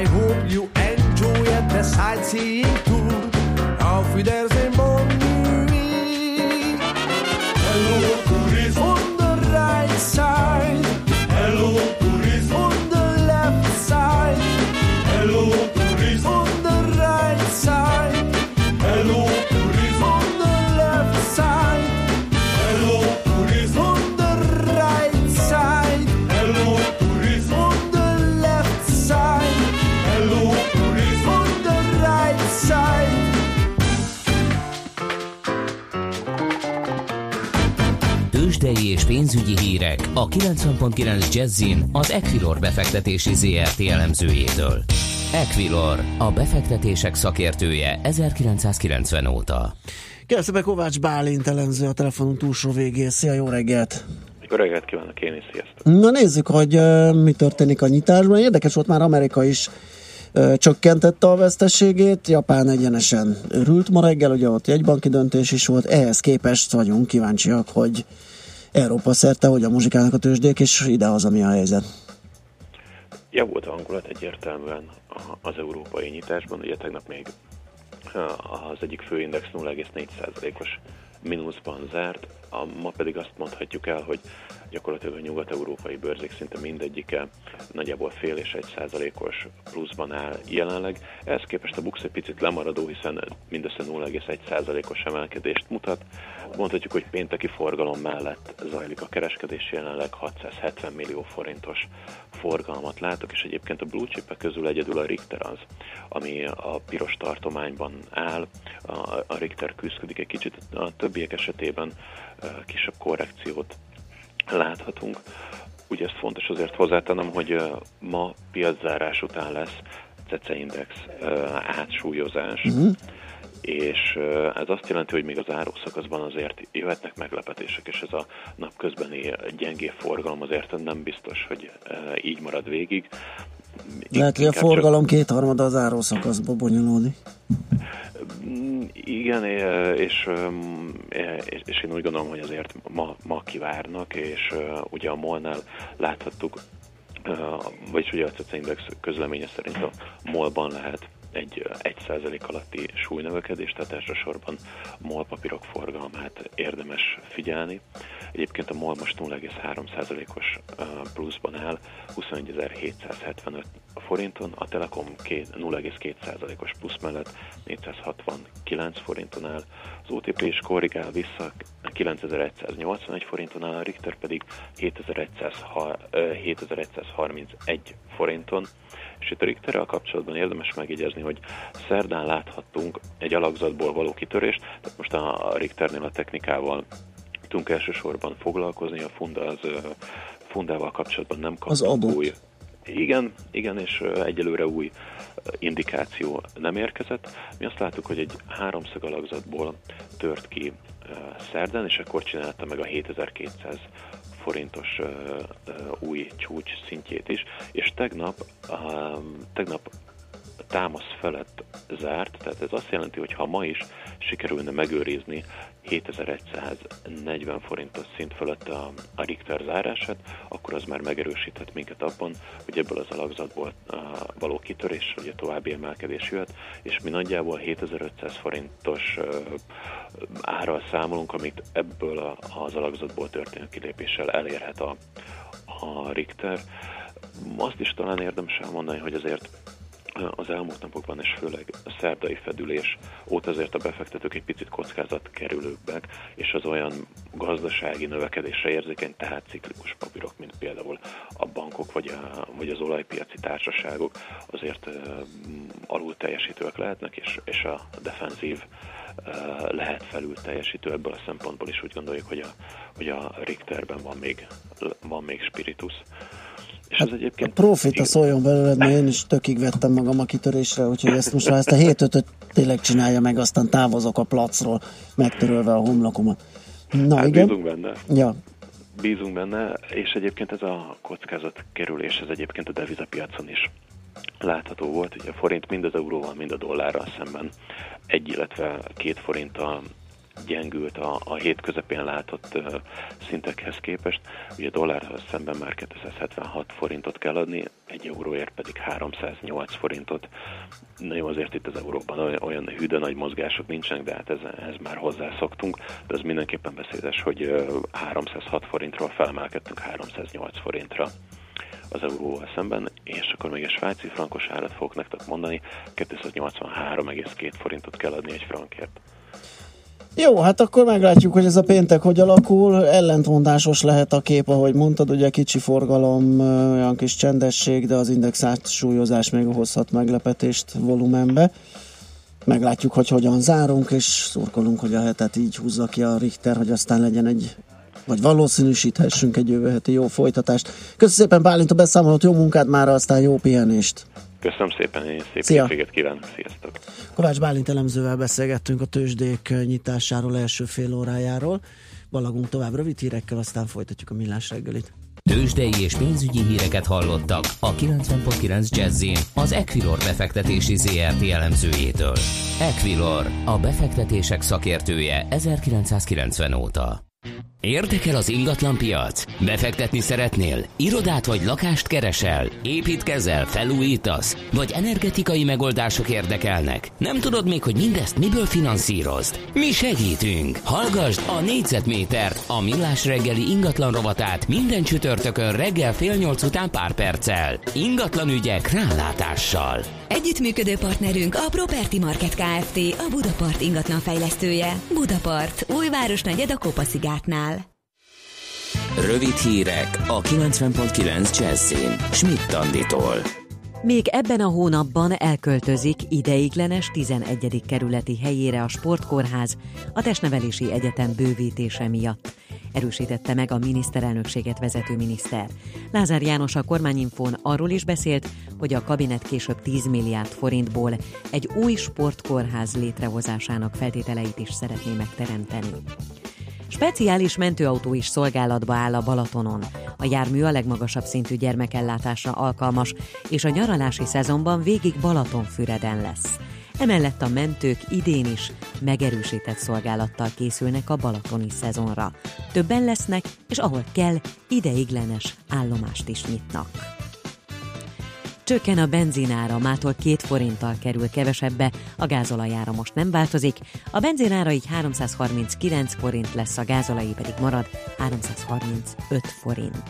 I hope you enjoyed the sightseeing tour. Auf Wiedersehen, bon nuit. Hello, tourist. On the right side. Hello, tourist. On the left side. Hello, tourist. On the right side. Hello, tourist. On the left side. Hello, tourist. On the right side. Hello, tourist. On the left side. Hello, tourist. On the right side. Tőzsdei és pénzügyi hírek a kilencven pont kilenc Jazzin az Equilor befektetési zé er té elemzőjétől. Equilor, a befektetések szakértője ezerkilencszázkilencven óta. Kérlek szépen, Kovács Bálint elemző a telefonunk túlsó végén. Szia, jó reggelt! Jó reggelt kívánok én is, sziasztok! Na nézzük, hogy uh, mi történik a nyitásban. Érdekes volt, már Amerika is uh, csökkentette a veszteségét, Japán egyenesen örült ma reggel, ugye ott jegybanki döntés is volt, ehhez képest vagyunk kíváncsiak, hogy Európa szerte hogyan muzsikálnak a tőzsdék, és idehaza mi a helyzet. Javult a hangulat egyértelműen az európai nyitásban, ugye tegnap még az egyik főindex nulla egész négy százalékos mínuszban zárt, a, ma pedig azt mondhatjuk el, hogy gyakorlatilag a nyugat-európai bőrzék szinte mindegyike nagyjából fél és egy százalékos pluszban áll jelenleg. Ehhez képest a BUX egy picit lemaradó, hiszen mindössze nulla egész egy százalékos emelkedést mutat. Mondhatjuk, hogy pénteki forgalom mellett zajlik a kereskedés, jelenleg hatszázhetven millió forintos forgalmat látok, és egyébként a blue chipek közül egyedül a Richter az, ami a piros tartományban áll. A Richter küzdik egy kicsit, a többiek esetében kisebb korrekciót láthatunk. Ugye ezt fontos azért hozzátennem, hogy ma piaczárás után lesz cé e cé Index átsúlyozás, uh-huh. és ez azt jelenti, hogy még az árószakaszban azért jöhetnek meglepetések, és ez a napközbeni gyengé forgalom azért nem biztos, hogy így marad végig. Lehet, hogy a forgalom kétharmada az árószakaszba bonyolódik. Igen, és, és, és én úgy gondolom, hogy azért ma, ma kivárnak, és ugye a MOL-nál láthattuk, vagyis ugye a cé e cé Index közleménye szerint a MOL-ban lehet egy egy százalék alatti súlynövekedés, tehát elsősorban MOL papírok forgalmát érdemes figyelni. Egyébként a MOL most nulla egész három százalékos pluszban áll, huszonegyezer-hétszázhetvenöt forinton, a Telekom nulla egész két százalékos plusz mellett négyszázhatvankilenc forinton áll, az o té pé is korrigál vissza, kilencezer-egyszáznyolcvanegy forinton áll, a Richter pedig hétezer-egyszázharmincegy forinton. És itt a Richterrel kapcsolatban érdemes megjegyezni, hogy szerdán láthattunk egy alakzatból való kitörést, tehát most a Richternél a technikával tudunk elsősorban foglalkozni, a funda az fundával kapcsolatban nem kaptunk új. Igen, igen, és egyelőre új indikáció nem érkezett. Mi azt láttuk, hogy egy háromszög alakzatból tört ki szerdán, és akkor csinálta meg a hétezer-kétszáz forintos uh, uh, új csúcs szintjét is, és tegnap, uh, tegnap támasz felett zárt, tehát ez azt jelenti, hogy ha ma is sikerülne megőrizni hétezer-egyszáznegyven forintos szint fölött a, a Richter zárását, akkor az már megerősíthet minket abban, hogy ebből az alakzatból uh, való kitörés, ugye további emelkedés jöhet, és mi nagyjából hétezer-ötszáz forintos uh, árral számolunk, amit ebből a, az alakzatból történő kilépéssel elérhet a, a Richter. Azt is talán érdemes elmondani, hogy azért az elmúlt napokban, és főleg a szerdai fedülés óta azért a befektetők egy picit kockázatkerülőbbek, és az olyan gazdasági növekedésre érzékeny, tehát ciklikus papírok, mint például a bankok vagy, a, vagy az olajpiaci társaságok azért uh, alul teljesítőek lehetnek, és, és a defenzív uh, lehet felül teljesítő. Ebből a szempontból is úgy gondoljuk, hogy a, hogy a Richterben van még, van még spiritus. Hát a profita szóljon belőled, mert én is tökig vettem magam a kitörésre, úgyhogy ezt most már ezt a hét ötöt tényleg csinálja meg, aztán távozok a placról, megtörölve a homlokomat. Na, hát igen? Bízunk benne. Ja. Bízunk benne, és egyébként ez a kockázatkerülés, ez egyébként a devizapiacon is látható volt, hogy a forint mind az euróval, mind a dollárral szemben egy, illetve két forinttal gyengült a, a hét közepén látott uh, szintekhez képest. Ugye dollárhoz szemben már kétszázhetvenhat forintot kell adni, egy euróért pedig háromszáznyolc forintot. Na jó, azért itt az euróban olyan, olyan hű, de nagy mozgások nincsenek, de hát ez, ez már hozzászoktunk, de az mindenképpen beszédes, hogy uh, háromszázhat forintról felemelkedtünk háromszáznyolc forintra az euróval szemben, és akkor még egy svájci frankos árat fogok nektek mondani, kétszáznyolcvanhárom egész két forintot kell adni egy frankért. Jó, hát akkor meglátjuk, hogy ez a péntek hogy alakul. Ellentmondásos lehet a kép, ahogy mondtad, ugye kicsi forgalom, olyan kis csendesség, de az index átsúlyozás még hozhat meglepetést volumenbe. Meglátjuk, hogy hogyan zárunk, és szurkolunk, hogy a hetet így húzza ki a Richter, hogy aztán legyen egy, vagy valószínűsíthessünk egy jövő heti jó folytatást. Köszönöm szépen, Bálint, a beszámolót, jó munkát mára, aztán jó pihenést. Köszönöm szépen, én szép Szia. hétvégét kívánok, sziasztok! Kovács Bálint elemzővel beszélgettünk a tőzsdék nyitásáról, első fél órájáról. Ballagunk tovább rövid hírekkel, aztán folytatjuk a Millás reggelit. Tőzsdei és pénzügyi híreket hallottak a kilencven pont kilenc Jazzin az Equilor befektetési zé er té elemzőjétől. Equilor, a befektetések szakértője ezerkilencszázkilencven óta. Érdekel az ingatlanpiac? Befektetni szeretnél? Irodát vagy lakást keresel? Építkezel, felújítasz? Vagy energetikai megoldások érdekelnek? Nem tudod még, hogy mindezt miből finanszírozd? Mi segítünk! Hallgasd a Négyzetmétert, a Millás reggeli ingatlan rovatát minden csütörtökön reggel fél nyolc után pár perccel. Ingatlan ügyek rálátással. Együttműködő partnerünk a Property Market Kft., a Budapart ingatlan fejlesztője. Budapart, újváros negyed a Kopa-szigátnál. Rövid hírek a kilencven pont kilenc Jazzin Schmidt Anditól. Még ebben a hónapban elköltözik ideiglenes tizenegyedik kerületi helyére a Sportkórház a Testnevelési Egyetem bővítése miatt. Erősítette meg a miniszterelnökséget vezető miniszter. Lázár János a Kormányinfón arról is beszélt, hogy a kabinet később tíz milliárd forintból egy új sportkórház létrehozásának feltételeit is szeretné megteremteni. Speciális mentőautó is szolgálatba áll a Balatonon. A jármű a legmagasabb szintű gyermekellátásra alkalmas, és a nyaralási szezonban végig Balatonfüreden lesz. Emellett a mentők idén is megerősített szolgálattal készülnek a balatoni szezonra. Többen lesznek, és ahol kell, ideiglenes állomást is nyitnak. Csökken a benzinára, mától két forinttal kerül kevesebbe, a gázolajára most nem változik, a benzinára így háromszázharminckilenc forint lesz, a gázolajé pedig marad háromszázharmincöt forint.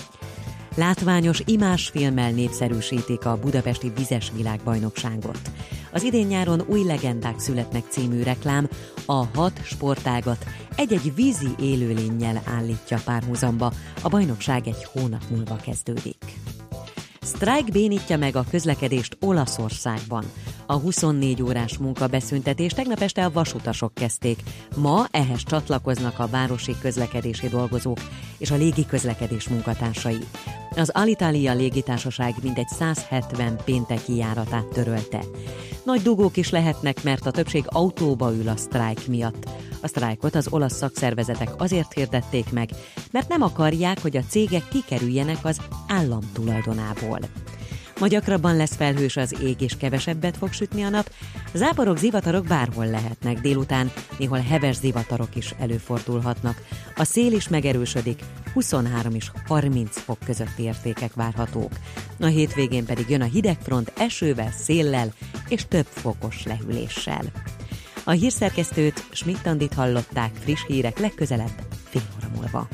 Látványos imázsfilmmel népszerűsítik a budapesti vizes világbajnokságot. Az idén-nyáron új legendák születnek című reklám a hat sportágat egy-egy vízi élőlénnyel állítja párhuzamba, a bajnokság egy hónap múlva kezdődik. Sztrájk bénítja meg a közlekedést Olaszországban. A huszonnégy órás munkabeszüntetést tegnap este a vasutasok kezdték. Ma ehhez csatlakoznak a városi közlekedési dolgozók és a légiközlekedés munkatársai. Az Alitalia légitársaság mintegy száz hetven pénteki járatát törölte. Nagy dugók is lehetnek, mert a többség autóba ül a sztrájk miatt. A sztrájkot az olasz szakszervezetek azért hirdették meg, mert nem akarják, hogy a cégek kikerüljenek az állam tulajdonából. Ma gyakrabban lesz felhős az ég, és kevesebbet fog sütni a nap. Záporok, zivatarok bárhol lehetnek délután, néhol heves zivatarok is előfordulhatnak. A szél is megerősödik, huszonhárom és harminc fok közötti értékek várhatók. A hétvégén pedig jön a hidegfront esővel, széllel és több fokos lehűléssel. A hírszerkesztőt, Schmidt Andit hallották, friss hírek legközelebb fél óra múlva.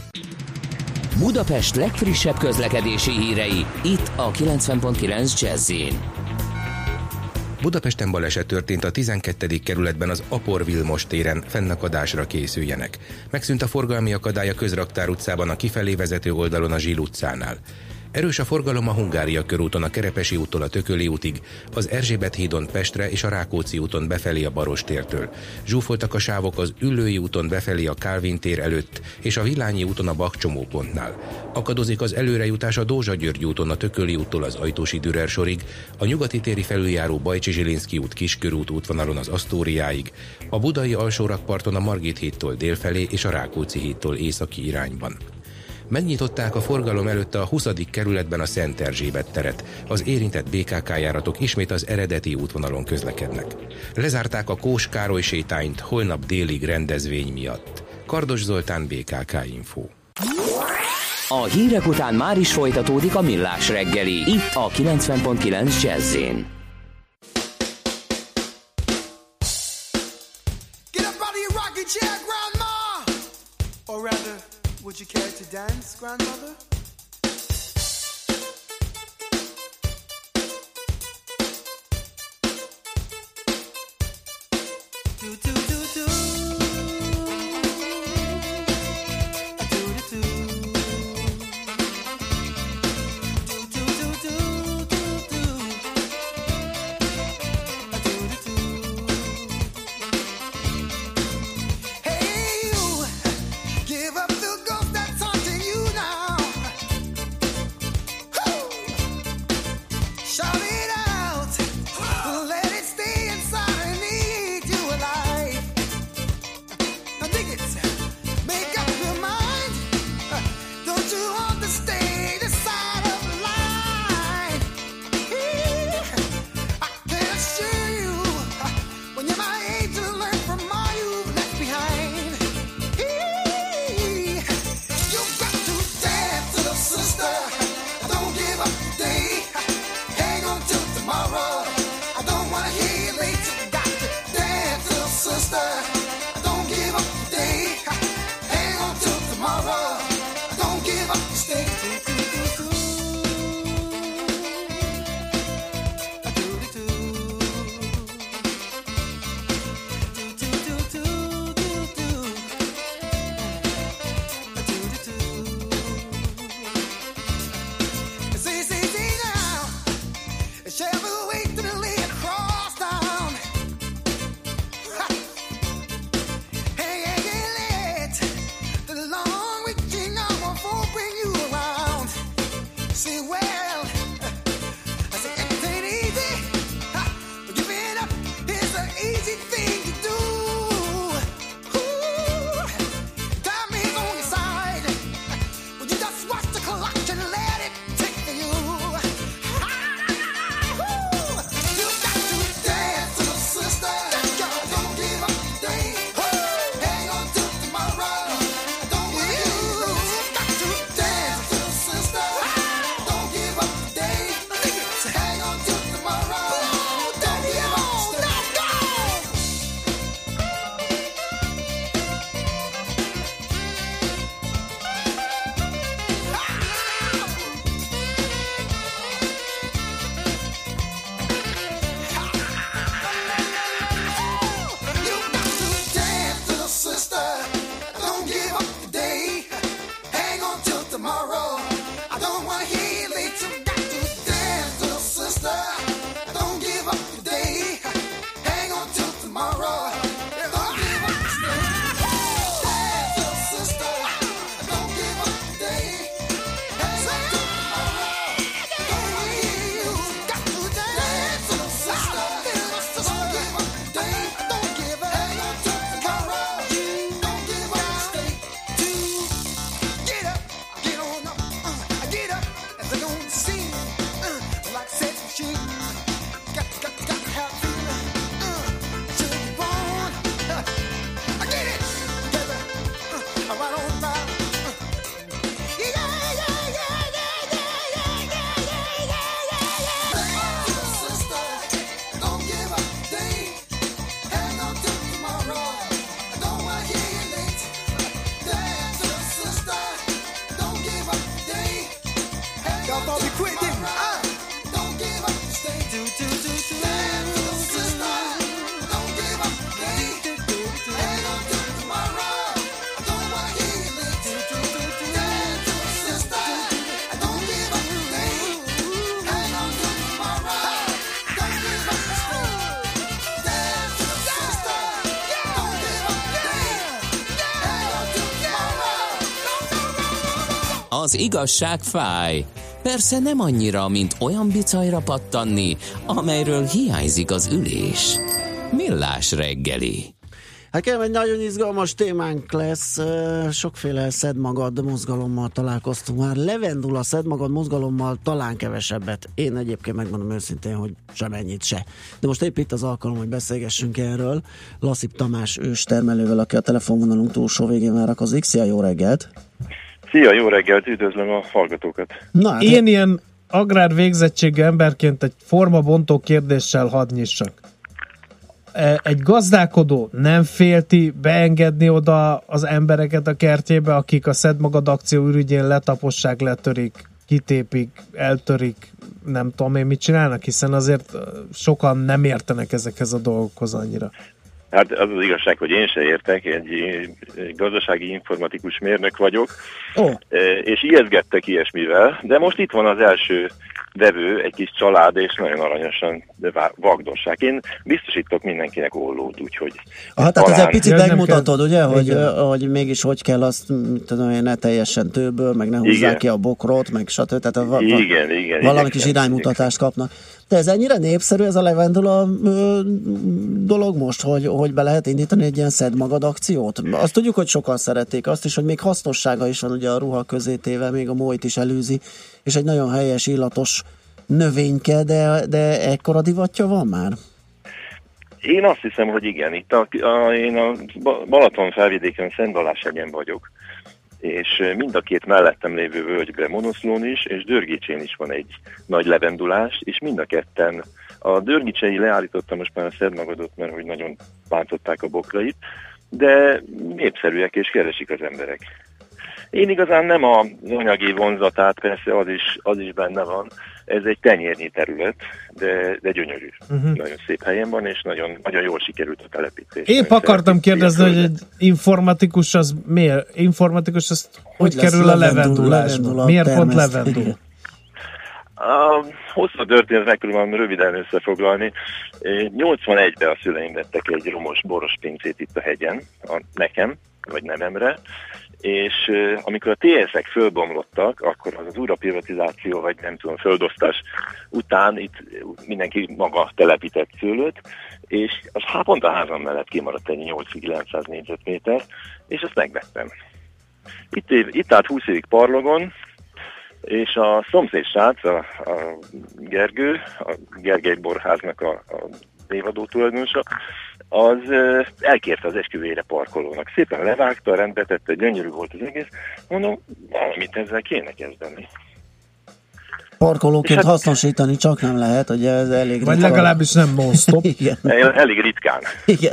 Budapest legfrissebb közlekedési hírei, itt a kilencven pont kilenc Jazz-in. Budapesten baleset történt a tizenkettedik kerületben az Apor Vilmos téren, fennakadásra készüljenek. Megszűnt a forgalmi akadály a Közraktár utcában a kifelé vezető oldalon a Zsil utcánál. Erős a forgalom a Hungária körúton a Kerepesi úttól a Tököli útig, az Erzsébet hídon Pestre és a Rákóczi úton befelé a Barostértől. Zsúfoltak a sávok az Üllői úton befelé a Kálvin tér előtt és a Villányi úton a Bach csomópontnál. Akadozik az előrejutás a Dózsa-György úton a Tököli úttól az Ajtósi Dürer sorig, a Nyugati téri felüljáró Bajcsi Zsilinszky út Kiskörút útvonalon az Asztóriáig, a Budai alsórakparton a Margit hídtól délfelé és a Rákóczi hídtól északi irányban. Megnyitották a forgalom előtt a huszadik kerületben a Szent Erzsébet teret. Az érintett bé ká ká járatok ismét az eredeti útvonalon közlekednek. Lezárták a Kós Károly sétányt holnap délig rendezvény miatt. Kardos Zoltán, bé ká ká Info. A hírek után már is folytatódik a Millás reggeli, itt a kilencven pont kilenc Jazz-én. Get up out of your rocking chair, grandma! Or rather, would you care to dance, grandmother? Do, do, do, do. Az igazság fáj. Persze nem annyira, mint olyan bicajra pattanni, amelyről hiányzik az ülés. Millás reggeli. Hát kérem, egy nagyon izgalmas témánk lesz, sokféle szedmagad mozgalommal találkoztunk már, levendula szedmagad mozgalommal talán kevesebbet, én egyébként megmondom őszintén, hogy sem ennyit se. De most épp itt az alkalom, hogy beszélgessünk erről, Lassip Tamás őstermelővel, aki a telefonvonalunk túlsó végén várakozik. Szia, jó reggelt! Szia, jó reggelt, üdvözlöm a hallgatókat! Na, hát én ilyen agrár végzettségű emberként egy formabontó kérdéssel hadd nyissak. Egy gazdálkodó nem félti beengedni oda az embereket a kertjébe, akik a szedmagad akció ürügyén letapossák, letörik, kitépik, eltörik, nem tudom én mit csinálnak, hiszen azért sokan nem értenek ezekhez a dolgokhoz annyira. Hát az az igazság, hogy én se értek, egy, egy gazdasági informatikus mérnök vagyok, oh. és ijeszgettek ilyesmivel, de most itt van az első vevő, egy kis család, és nagyon aranyosan vagdossák. Én biztosítok mindenkinek ollót, úgyhogy... Ah, tehát ez egy picit megmutatod, ugye, hogy, hogy mégis hogy kell azt, tudom én, ne teljesen tőből, meg ne húzzák igen. ki a bokrot, meg stb. Tehát va- igen, igen, valami kis iránymutatást kapnak. De ez ennyire népszerű, ez a levendula ö, dolog most, hogy, hogy be lehet indítani egy ilyen szedd magad akciót? Azt tudjuk, hogy sokan szerették, azt is, hogy még hasznossága is van, ugye a ruha közé téve, még a mójt is előzi, és egy nagyon helyes, illatos növényke, de, de ekkora divatja van már? Én azt hiszem, hogy igen. Itt a, a, én a Balaton felvidéken Szent Balázs-hegyen vagyok, és mind a két mellettem lévő völgyben, Monoszlón is, és Dörgicsén is van egy nagy levendulás, és mind a ketten. A Dörgicsei leállította most már a szedmagadot, mert hogy nagyon bántották a bokrait, de népszerűek és keresik az emberek. Én igazán nem az anyagi vonzatát, persze az is, az is benne van, ez egy tenyérnyi terület, de, de gyönyörű. Uh-huh. Nagyon szép helyen van, és nagyon, nagyon jól sikerült a telepítés. Épp akartam kérdezni, hogy egy informatikus az miért? Informatikus az hogy, hogy kerül a levendulásba? Miért pont levendul? A hosszú történet megpróbálom röviden összefoglalni. nyolcvanegyben a szüleim vettek egy romos boros pincét itt a hegyen, a nekem, vagy nevemre, és uh, amikor a té es-ek fölbomlottak, akkor az az újraprivatizáció, vagy nem tudom, földosztás után itt mindenki maga telepített szőlőt, és az hát pont a házam mellett kimaradt egy nyolcszáz-kilencszáz négyzetméter, és ezt megvettem. Itt, év, itt állt húsz évig Parlogon, és a szomszéd srác, a, a Gergő, a Gergely Borháznak a, a névadó tulajdonosa, az uh, elkérte az esküvőjére parkolónak. Szépen levágta, rendbe tette, gyönyörű volt az egész. Mondom, valamit ezzel kéne kezdeni. Parkolóként hát, hasznosítani csak nem lehet, ugye ez elég ritkán. Vagy legalábbis nem non-stop. Igen. Elég ritkán. Igen.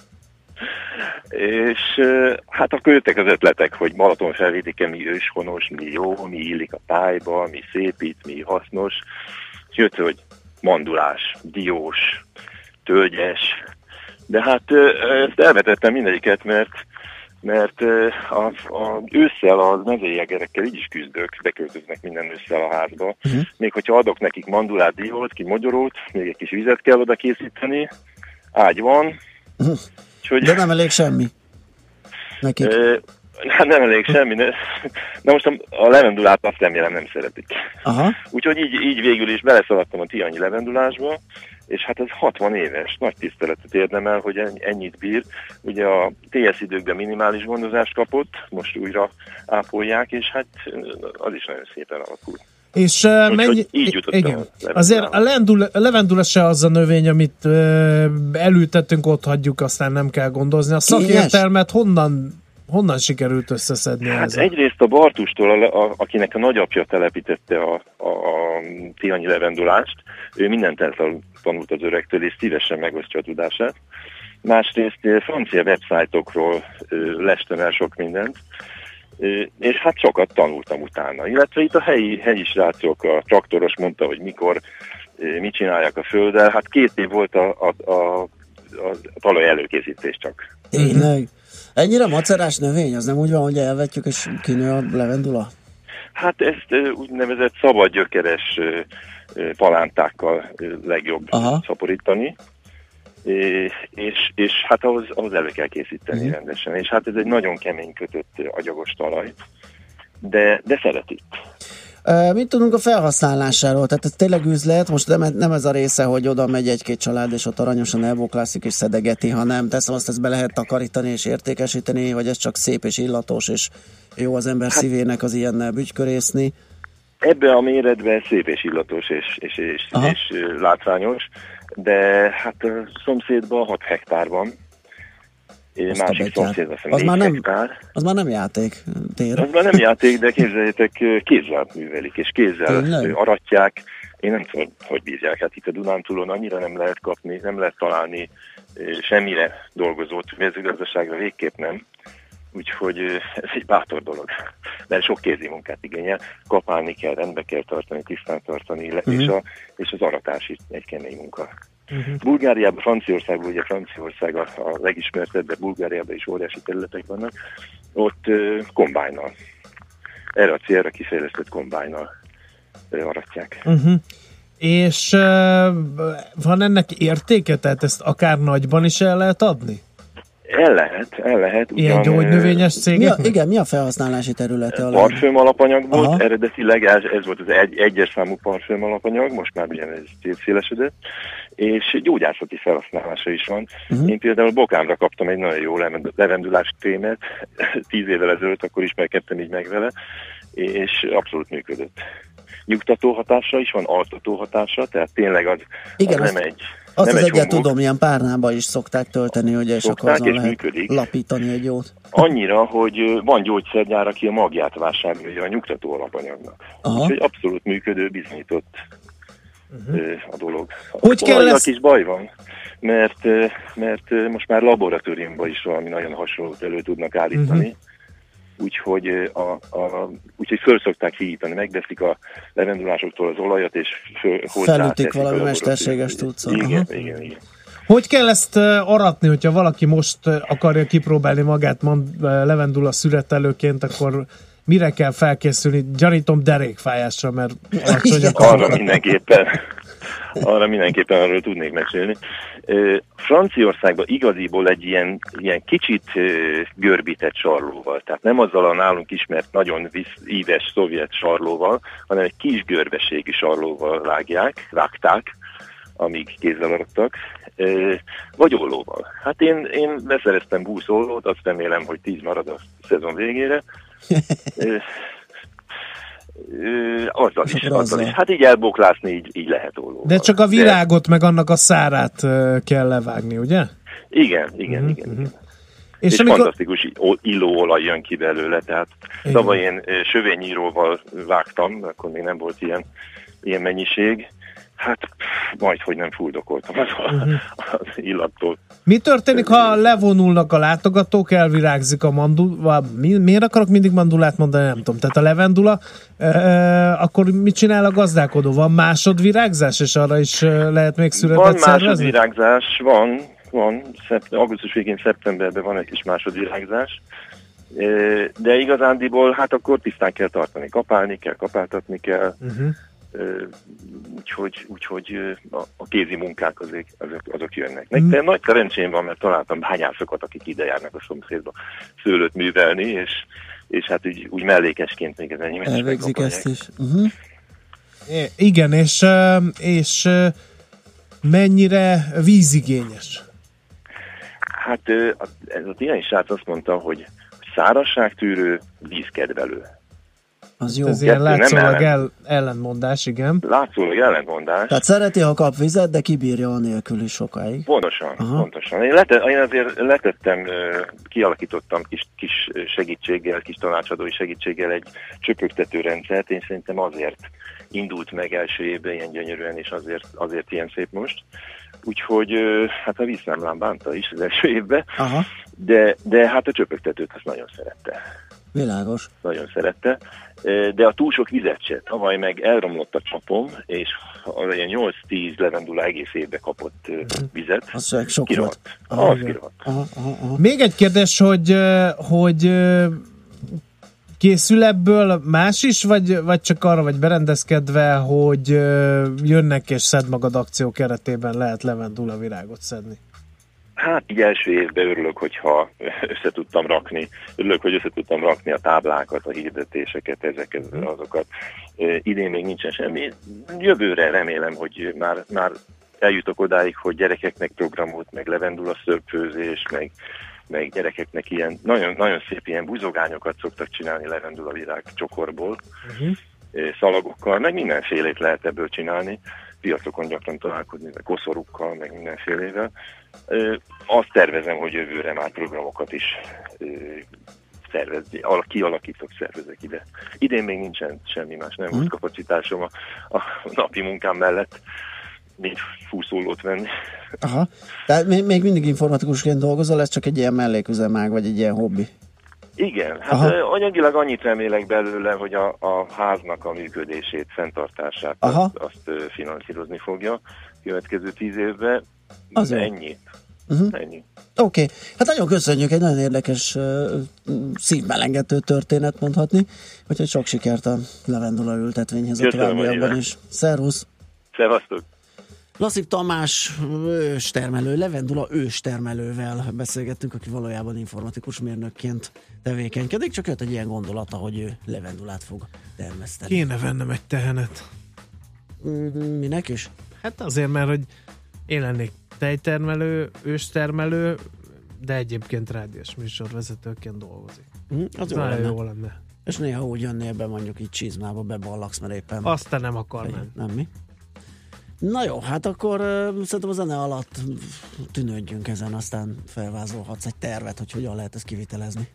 És uh, hát akkor jöttek az ötletek, hogy Balaton felvidéken mi őshonos, mi jó, mi illik a tájba, mi szépít, mi hasznos. És jött, hogy mandulás, diós, tölgyes, de hát ezt elvetettem mindegyiket, mert, mert a, a ősszel a mezőjégerekkel így is küzdök, beköltöznek minden ősszel a házba. Uh-huh. Még hogyha adok nekik mandulát, diót, ki mogyorót, még egy kis vizet kell oda készíteni, ágy van. Uh-huh. Hogy, de nem elég semmi nekik. Hát nem elég semmi, de, de most a, a levendulát azt remélem nem szeretik. Aha. Úgyhogy így, így végül is beleszaladtam a tihanyi levendulásba, és hát ez hatvan éves, nagy tiszteletet érdemel, hogy ennyit bír. Ugye a té es időkben minimális gondozást kapott, most újra ápolják, és hát az is nagyon szépen alakul. És uh, mennyi... Így jutottam. Igen. Azért a, lendul, a levendula se az a növény, amit uh, elültettünk, ott hagyjuk, aztán nem kell gondozni. A szakértelmet honnan, honnan sikerült összeszedni? Hát ezzel? Egyrészt a Bartustól, a, a, akinek a nagyapja telepítette a, a, a tihanyi levendulást, ő mindent eltanult az öregtől, és szívesen megosztja a tudását. Másrészt francia websájtokról lestem el sok mindent, és hát sokat tanultam utána. Illetve itt a helyi, helyi srácok, a traktoros mondta, hogy mikor, mit csinálják a földdel. Hát két év volt a, a, a, a talaj előkészítés csak. Tényleg? Ennyire macerás növény? Az nem úgy van, hogy elvetjük és kinő a levendula? Hát ezt úgynevezett szabad gyökeres palántákkal legjobb Aha. szaporítani. És, és hát ahhoz, ahhoz elő kell készíteni uh-huh. rendesen. És hát ez egy nagyon kemény kötött agyagos talaj, de, de szeretik. Uh, mit tudunk a felhasználásáról? Tehát ez tényleg üzlet, most nem, nem ez a része, hogy oda megy egy-két család, és ott aranyosan elboklászik és szedegeti, hanem teszem azt, ezt be lehet takarítani és értékesíteni, vagy ez csak szép és illatos, és jó az ember hát, szívének az ilyennel bütykörészni. Ebbe a méretben szép és illatos és, és, és, és látványos, de hát a szomszédban hat hektár van. Azt másik szomszéd, azt az, már nem, hektár. az már nem játék tér. Az már nem játék, de képzeljétek, kézzel művelik, és kézzel Tényleg? aratják. Én nem tudom, hogy bírják. Hát itt a Dunántúlon annyira nem lehet kapni, nem lehet találni semmire dolgozót, mezőgazdaságra végképp nem. Úgyhogy ez egy bátor dolog, mert sok kézi munkát igényel. Kapálni kell, rendbe kell tartani, tisztán tartani, uh-huh. és, a, és az aratás is egy kemény munka. Uh-huh. Bulgáriában, Franciaországban, ugye Franciaország a, a legismertebb, de Bulgáriában is óriási területek vannak, ott uh, kombájnal, erre a célra kifejlesztett kombájnal uh, aratják. Uh-huh. És uh, van ennek értéke? Tehát ezt akár nagyban is el lehet adni? El lehet, el lehet. Ilyen gyógynövényes cégek? Mi igen, mi a felhasználási területe? Parfüm alapanyag volt, Aha. eredetileg ez, ez volt az egy, egyes számú parfüm alapanyag, most már ugye ez szélesedett, és gyógyászati felhasználása is van. Uh-huh. Én például bokámra kaptam egy nagyon jó levendulás krémet, tíz évvel ezelőtt, akkor ismerkedtem így meg vele, és abszolút működött. Nyugtató hatása is van, altató hatása, tehát tényleg az, igen, az nem egy... Azt nem az egyet tudom, ilyen párnába is szokták tölteni, hogy és akkor azon lehet működik. Lapítani egy jót. Annyira, hogy van gyógyszergyár, aki a magját vásárolja a nyugtató alapanyagnak. Úgyhogy abszolút működő, bizonyított uh-huh. a dolog. Hogy kell lesz? lesz? Kis baj van, mert, mert most már laboratóriumban is valami nagyon hasonlót elő tudnak állítani. Uh-huh. Úgyhogy, a, a, úgyhogy föl szokták hígítani, megveszik a levendulásoktól az olajat, és föl, felütik valami mesterséges tudszal. Igen, igen, igen. Hogy kell ezt aratni, hogyha valaki most akarja kipróbálni magát levendula születelőként, akkor mire kell felkészülni? Gyanítom derékfájásra, mert alacsonyak. Arra mindenképpen. Arra mindenképpen arról tudnék mesélni. Franciaországban igaziból egy ilyen, ilyen kicsit görbített sarlóval, tehát nem azzal a nálunk ismert nagyon visz, íves szovjet sarlóval, hanem egy kis görbességi sarlóval vágják, vágták, amíg kézzel arattak, vagy ollóval. Hát én, én beszereztem húsz ollót, azt remélem, hogy tíz marad a szezon végére. Ö, azzal is, azzal is. Hát így elboklászni így, így lehet ollóval. De csak a virágot, De... meg annak a szárát kell levágni, ugye? Igen, igen, uh-huh, igen. Uh-huh. És, és amikor... fantasztikus illóolaj jön ki belőle, tehát tavaly én sövényíróval vágtam, akkor még nem volt ilyen, ilyen mennyiség. Hát pff, majd, hogy nem fuldokoltam az, uh-huh. az illattól. Mi történik, ha levonulnak a látogatók, elvirágzik a mandula? Mi, miért akarok mindig mandulát mondani, nem tudom. Tehát a levendula, e, akkor mit csinál a gazdálkodó? Van másodvirágzás, és arra is lehet még született szervezni? Van másodvirágzás, van. van. Szept, augusztus végén, szeptemberben van egy kis másodvirágzás. De igazándiból, hát akkor tisztán kell tartani. Kapálni kell, kapáltatni kell. Uh-huh. Úgyhogy, úgyhogy a, a kézi munkák azok, azok, azok jönnek. Mm. De nagy szerencsém van, mert találtam bányászokat, akik ide járnak a szomszédba szőlőt művelni, és, és hát úgy, úgy mellékesként még az enyémet is elvégzik ezt is. Uh-huh. É, igen, és, és mennyire vízigényes? Hát ez a Tiányi srác azt mondta, hogy szárazságtűrő, vízkedvelő. Az jó. Ez ilyen látszólag el, ellentmondás, igen. Látszólag ellentmondás. Tehát szereti, ha kap vizet, de kibírja a nélkül is sokáig. Pontosan, Aha. pontosan. Én, lete, én azért letettem, kialakítottam kis, kis segítséggel, kis tanácsadói segítséggel egy csöpögtető rendszert. Én szerintem azért indult meg első évben ilyen gyönyörűen, és azért, azért ilyen szép most. Úgyhogy hát a vízszámlán bánta is az első évben, Aha. De, de hát a csöpögtetőt azt nagyon szerette. Világos. Nagyon szerette, de a túl sok vizet se. Tavaly meg elromlott a csapom, és olyan nyolc-tíz levendula egész évbe kapott vizet. Az sok kiravadt. volt. Aha, az kiravadt. Aha, aha, aha. Még egy kérdés, hogy, hogy készül ebből más is, vagy, vagy csak arra vagy berendezkedve, hogy jönnek és szed magad akció keretében lehet levendula virágot szedni? Hát így első évben örülök, hogyha össze tudtam rakni, örülök, hogy össze tudtam rakni a táblákat, a hirdetéseket, ezeket, azokat. Idén még nincsen semmi. Jövőre remélem, hogy már, már eljutok odáig, hogy gyerekeknek programot, meg levendula szörpfőzés, meg, meg gyerekeknek ilyen, nagyon, nagyon szép ilyen buzogányokat szoktak csinálni levendula virág csokorból, uh-huh. szalagokkal, meg mindenfélét lehet ebből csinálni. Piacokon gyakran találkozni, meg koszorukkal, meg mindenfélével. Azt tervezem, hogy jövőre már programokat is szervezni, kialakítok, szervezek ide. Idén még nincsen semmi más, nem volt hmm. kapacitásom a, a napi munkám mellett négy fúszólót venni. Aha, tehát még, még mindig informatikusként dolgozol, ez csak egy ilyen melléküzemág, vagy egy ilyen hobbi? Igen, hát Aha. anyagilag annyit remélek belőle, hogy a, a háznak a működését, fenntartását azt, azt finanszírozni fogja következő tíz évben. Az ennyi. Uh-huh. Ennyi. Oké, okay. Hát nagyon köszönjük, egy nagyon érdekes uh, szívmelengető történet mondhatni, úgyhogy sok sikert a levendula ültetvényhez a továbbiakban is. Szervusz! Szevasztok! Lasszik Tamás őstermelő, levendula őstermelővel beszélgettünk, aki valójában informatikus mérnökként tevékenykedik, csak jött egy ilyen gondolata, hogy ő levendulát fog termeszteni. Kéne vennem egy tehenet. Minek is? Hát azért, mert hogy én lennék tejtermelő, őstermelő, de egyébként rádiós műsorvezetőként dolgozik. Mm, az jó lenne. jó lenne. És néha úgy jönnél be mondjuk így csizmába, beballagsz, mert éppen... Azt te nem akarnám. Nem mi? Na jó, hát akkor uh, szerintem a zene alatt tűnődjünk ezen, aztán felvázolhatsz egy tervet, hogy hogyan lehet ezt kivitelezni.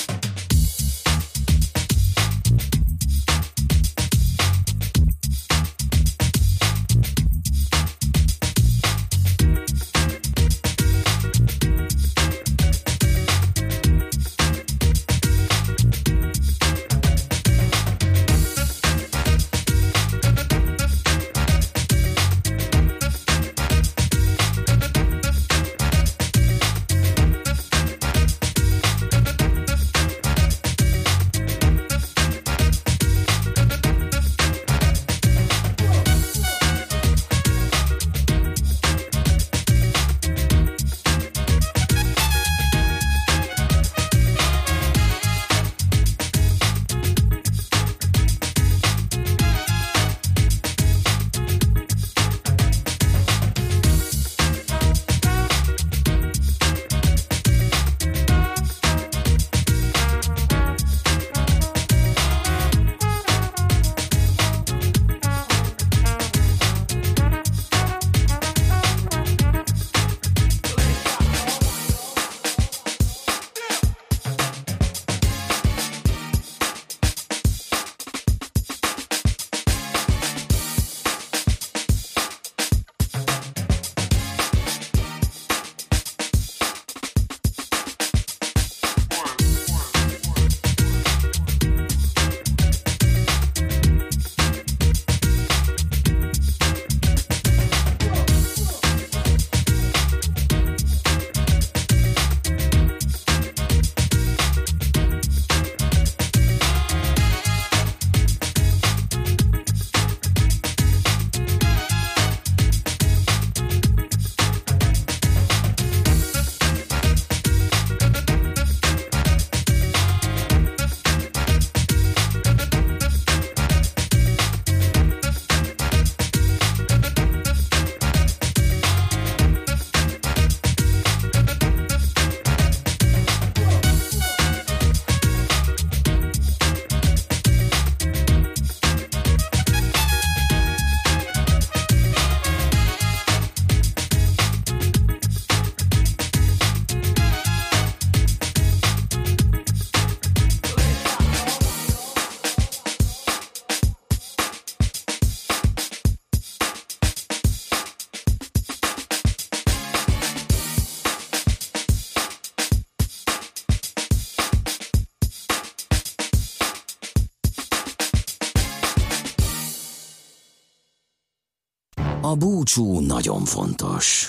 A búcsú nagyon fontos.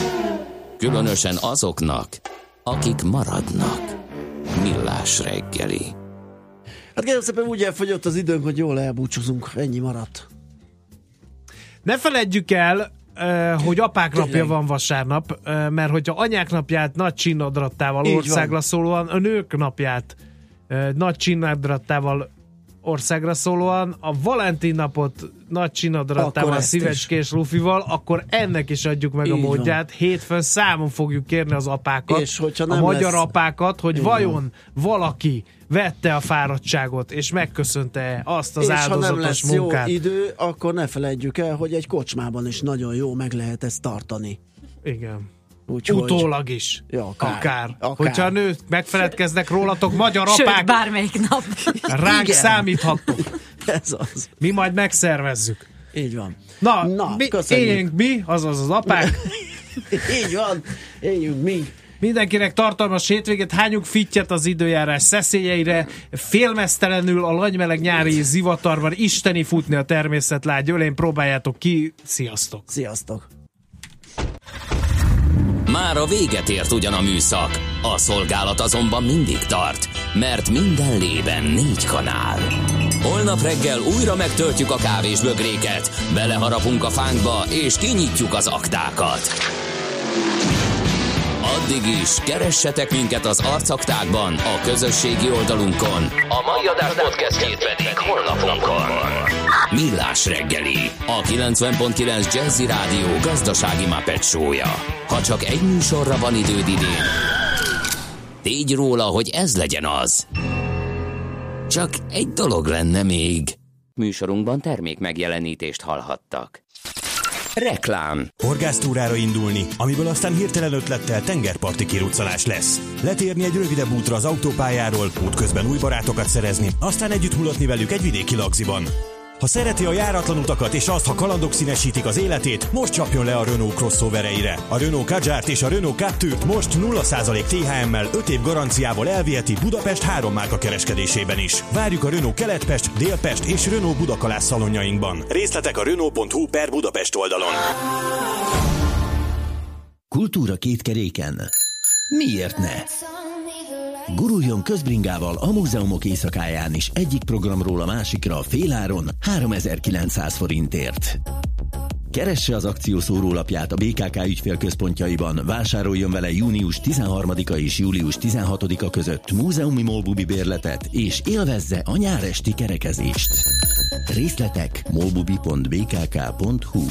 Különösen azoknak, akik maradnak. Millás reggeli. Hát kérem szépen úgy elfogyott az időnk, hogy jól elbúcsúzunk. Ennyi maradt. Ne feledjük el, hogy apák napja van vasárnap, mert hogyha anyák napját nagy csinnadrattával országra szólóan, a nők napját nagy csinnadrattával országra szólóan, a Valentin napot nagy csinadrattával, szívecskés lufival, akkor ennek is adjuk meg így a módját. Van. Hétfőn számon fogjuk kérni az apákat, és a magyar lesz... apákat, hogy így vajon van. Valaki vette a fáradtságot, és megköszönte azt az és áldozatos munkát. És ha nem lesz munkát. Jó idő, akkor ne felejtjük el, hogy egy kocsmában is nagyon jó meg lehet ezt tartani. Igen. Úgyhogy... Utólag is. Ja, akár. Akár. akár. Hogyha a nők megfeledkeznek rólatok, magyar Sőt, apák, bármelyik nap. Ránk igen. Számíthattok. Ez az. Mi majd megszervezzük. Így van. Na, Na mi, éljünk mi, azaz az apák. Így van, éljünk mi. Mindenkinek tartalmas hétvégét, hányunk fittyet az időjárás szeszélyeire, félmeztelenül a lanymeleg nyári zivatarban isteni futni a természet lágy ölén, próbáljátok ki. Sziasztok! Sziasztok! Már a véget ért ugyan a műszak, a szolgálat azonban mindig tart, mert minden lében négy kanál. Holnap reggel újra megtöltjük a kávés bögréket, beleharapunk a fánkba és kinyitjuk az aktákat. Addig is keressetek minket az arcaktákban, a közösségi oldalunkon. A mai adás podcastjét pedig honlapunkon. Millás reggeli, a kilencven pont kilenc Jazzy Rádió gazdasági Muppet show-ja. Ha csak egy műsorra van időd idén, tégy róla, hogy ez legyen az. Csak egy dolog lenne még. Műsorunkban termék megjelenítést hallhattak. Reklám. Horgásztúrára indulni, amiből aztán hirtelen ötlettel tengerparti kiruccanás lesz. Letérni egy rövidebb útra az autópályáról, útközben új barátokat szerezni, aztán együtt hullatni velük egy vidéki lagziban. Ha szereti a járatlan utakat és azt, ha kalandok színesítik az életét, most csapjon le a Renault crossovereire. A Renault Kadjart és a Renault Captur most nulla százalék té há em-mel öt év garanciával elviheti Budapest három márka kereskedésében is. Várjuk a Renault Keletpest, Délpest és Renault Budakalász szalonjainkban. Részletek a Renault pont hu per Budapest oldalon. Kultúra két keréken. Miért ne? Guruljon közbringával a múzeumok éjszakáján is egyik programról a másikra féláron háromezer-kilencszáz forintért. Keresse az akciószórólapját a bé ká ká ügyfélközpontjaiban, vásároljon vele június tizenharmadika és július tizenhatodika között múzeumi molbubi bérletet, és élvezze a nyáresti kerekezést. Részletek molbubi pont bé ká ká pont hu.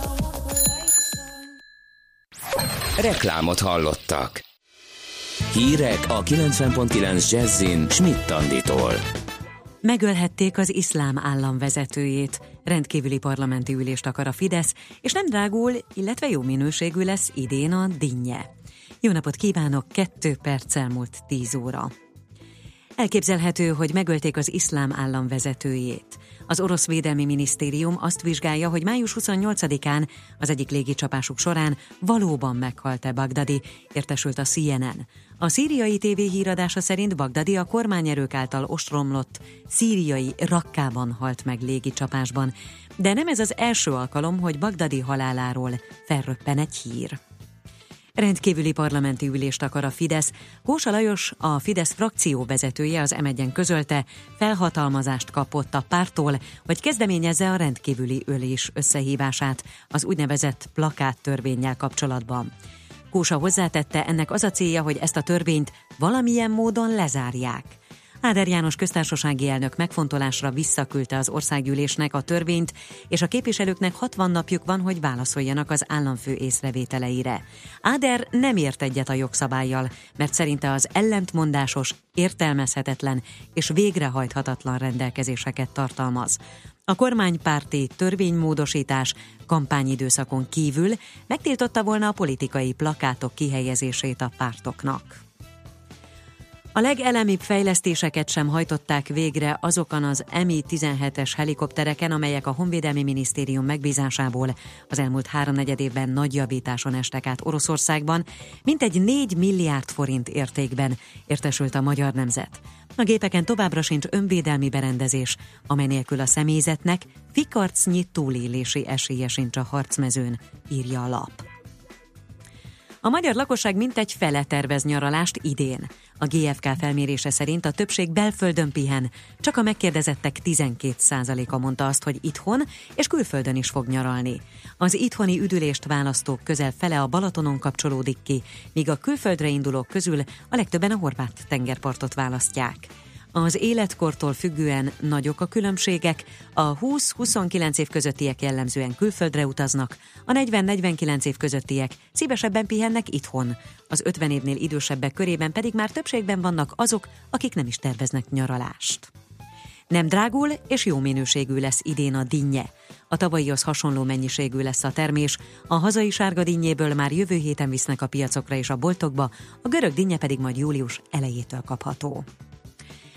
Reklámot hallottak. Hírek a kilencven pont kilenc Jazzin Schmidt Anditól. Megölhették az iszlám állam vezetőjét. Rendkívüli parlamenti ülést akar a Fidesz, és nem drágul, illetve jó minőségű lesz idén a dinnye. Jó napot kívánok, kettő perccel múlt tíz óra. Elképzelhető, hogy megölték az iszlám állam vezetőjét. Az orosz védelmi minisztérium azt vizsgálja, hogy május huszonnyolcadikán az egyik légicsapásuk során valóban meghalt-e Bagdadi, értesült a cé en en. A szíriai tévé híradása szerint Bagdadi a kormányerők által ostromlott szíriai Rakkában halt meg légicsapásban, de nem ez az első alkalom, hogy Bagdadi haláláról felröppen egy hír. Rendkívüli parlamenti ülést akar a Fidesz. Kósa Lajos, a Fidesz frakció vezetője az em egyen közölte, felhatalmazást kapott a párttól, hogy kezdeményezze a rendkívüli ülés összehívását az úgynevezett plakáttörvénnyel kapcsolatban. Kósa hozzátette, ennek az a célja, hogy ezt a törvényt valamilyen módon lezárják. Áder János köztársasági elnök megfontolásra visszaküldte az országgyűlésnek a törvényt, és a képviselőknek hatvan napjuk van, hogy válaszoljanak az államfő észrevételeire. Áder nem ért egyet a jogszabállyal, mert szerinte az ellentmondásos, értelmezhetetlen és végrehajthatatlan rendelkezéseket tartalmaz. A kormánypárti törvénymódosítás kampányidőszakon kívül megtiltotta volna a politikai plakátok kihelyezését a pártoknak. A legelemibb fejlesztéseket sem hajtották végre azokon az em i tizenhetes helikoptereken, amelyek a Honvédelmi Minisztérium megbízásából az elmúlt háromnegyed évben nagy javításon estek át Oroszországban, mintegy négy milliárd forint értékben, értesült a Magyar Nemzet. A gépeken továbbra sincs önvédelmi berendezés, amely nélkül a személyzetnek fikarcnyi túlélési esélye sincs a harcmezőn, írja a lap. A magyar lakosság mintegy fele tervez nyaralást idén. A gé ef ká felmérése szerint a többség belföldön pihen, csak a megkérdezettek tizenkét százaléka mondta azt, hogy itthon és külföldön is fog nyaralni. Az itthoni üdülést választók közel fele a Balatonon kapcsolódik ki, míg a külföldre indulók közül a legtöbben a horvát tengerpartot választják. Az életkortól függően nagyok a különbségek, a húsz-huszonkilenc év közöttiek jellemzően külföldre utaznak, a negyven-negyvenkilenc év közöttiek szívesebben pihennek itthon, az ötven évnél idősebbek körében pedig már többségben vannak azok, akik nem is terveznek nyaralást. Nem drágul és jó minőségű lesz idén a dinnye. A tavalyihoz hasonló mennyiségű lesz a termés, a hazai sárga dinnyéből már jövő héten visznek a piacokra és a boltokba, a görög dinnye pedig majd július elejétől kapható.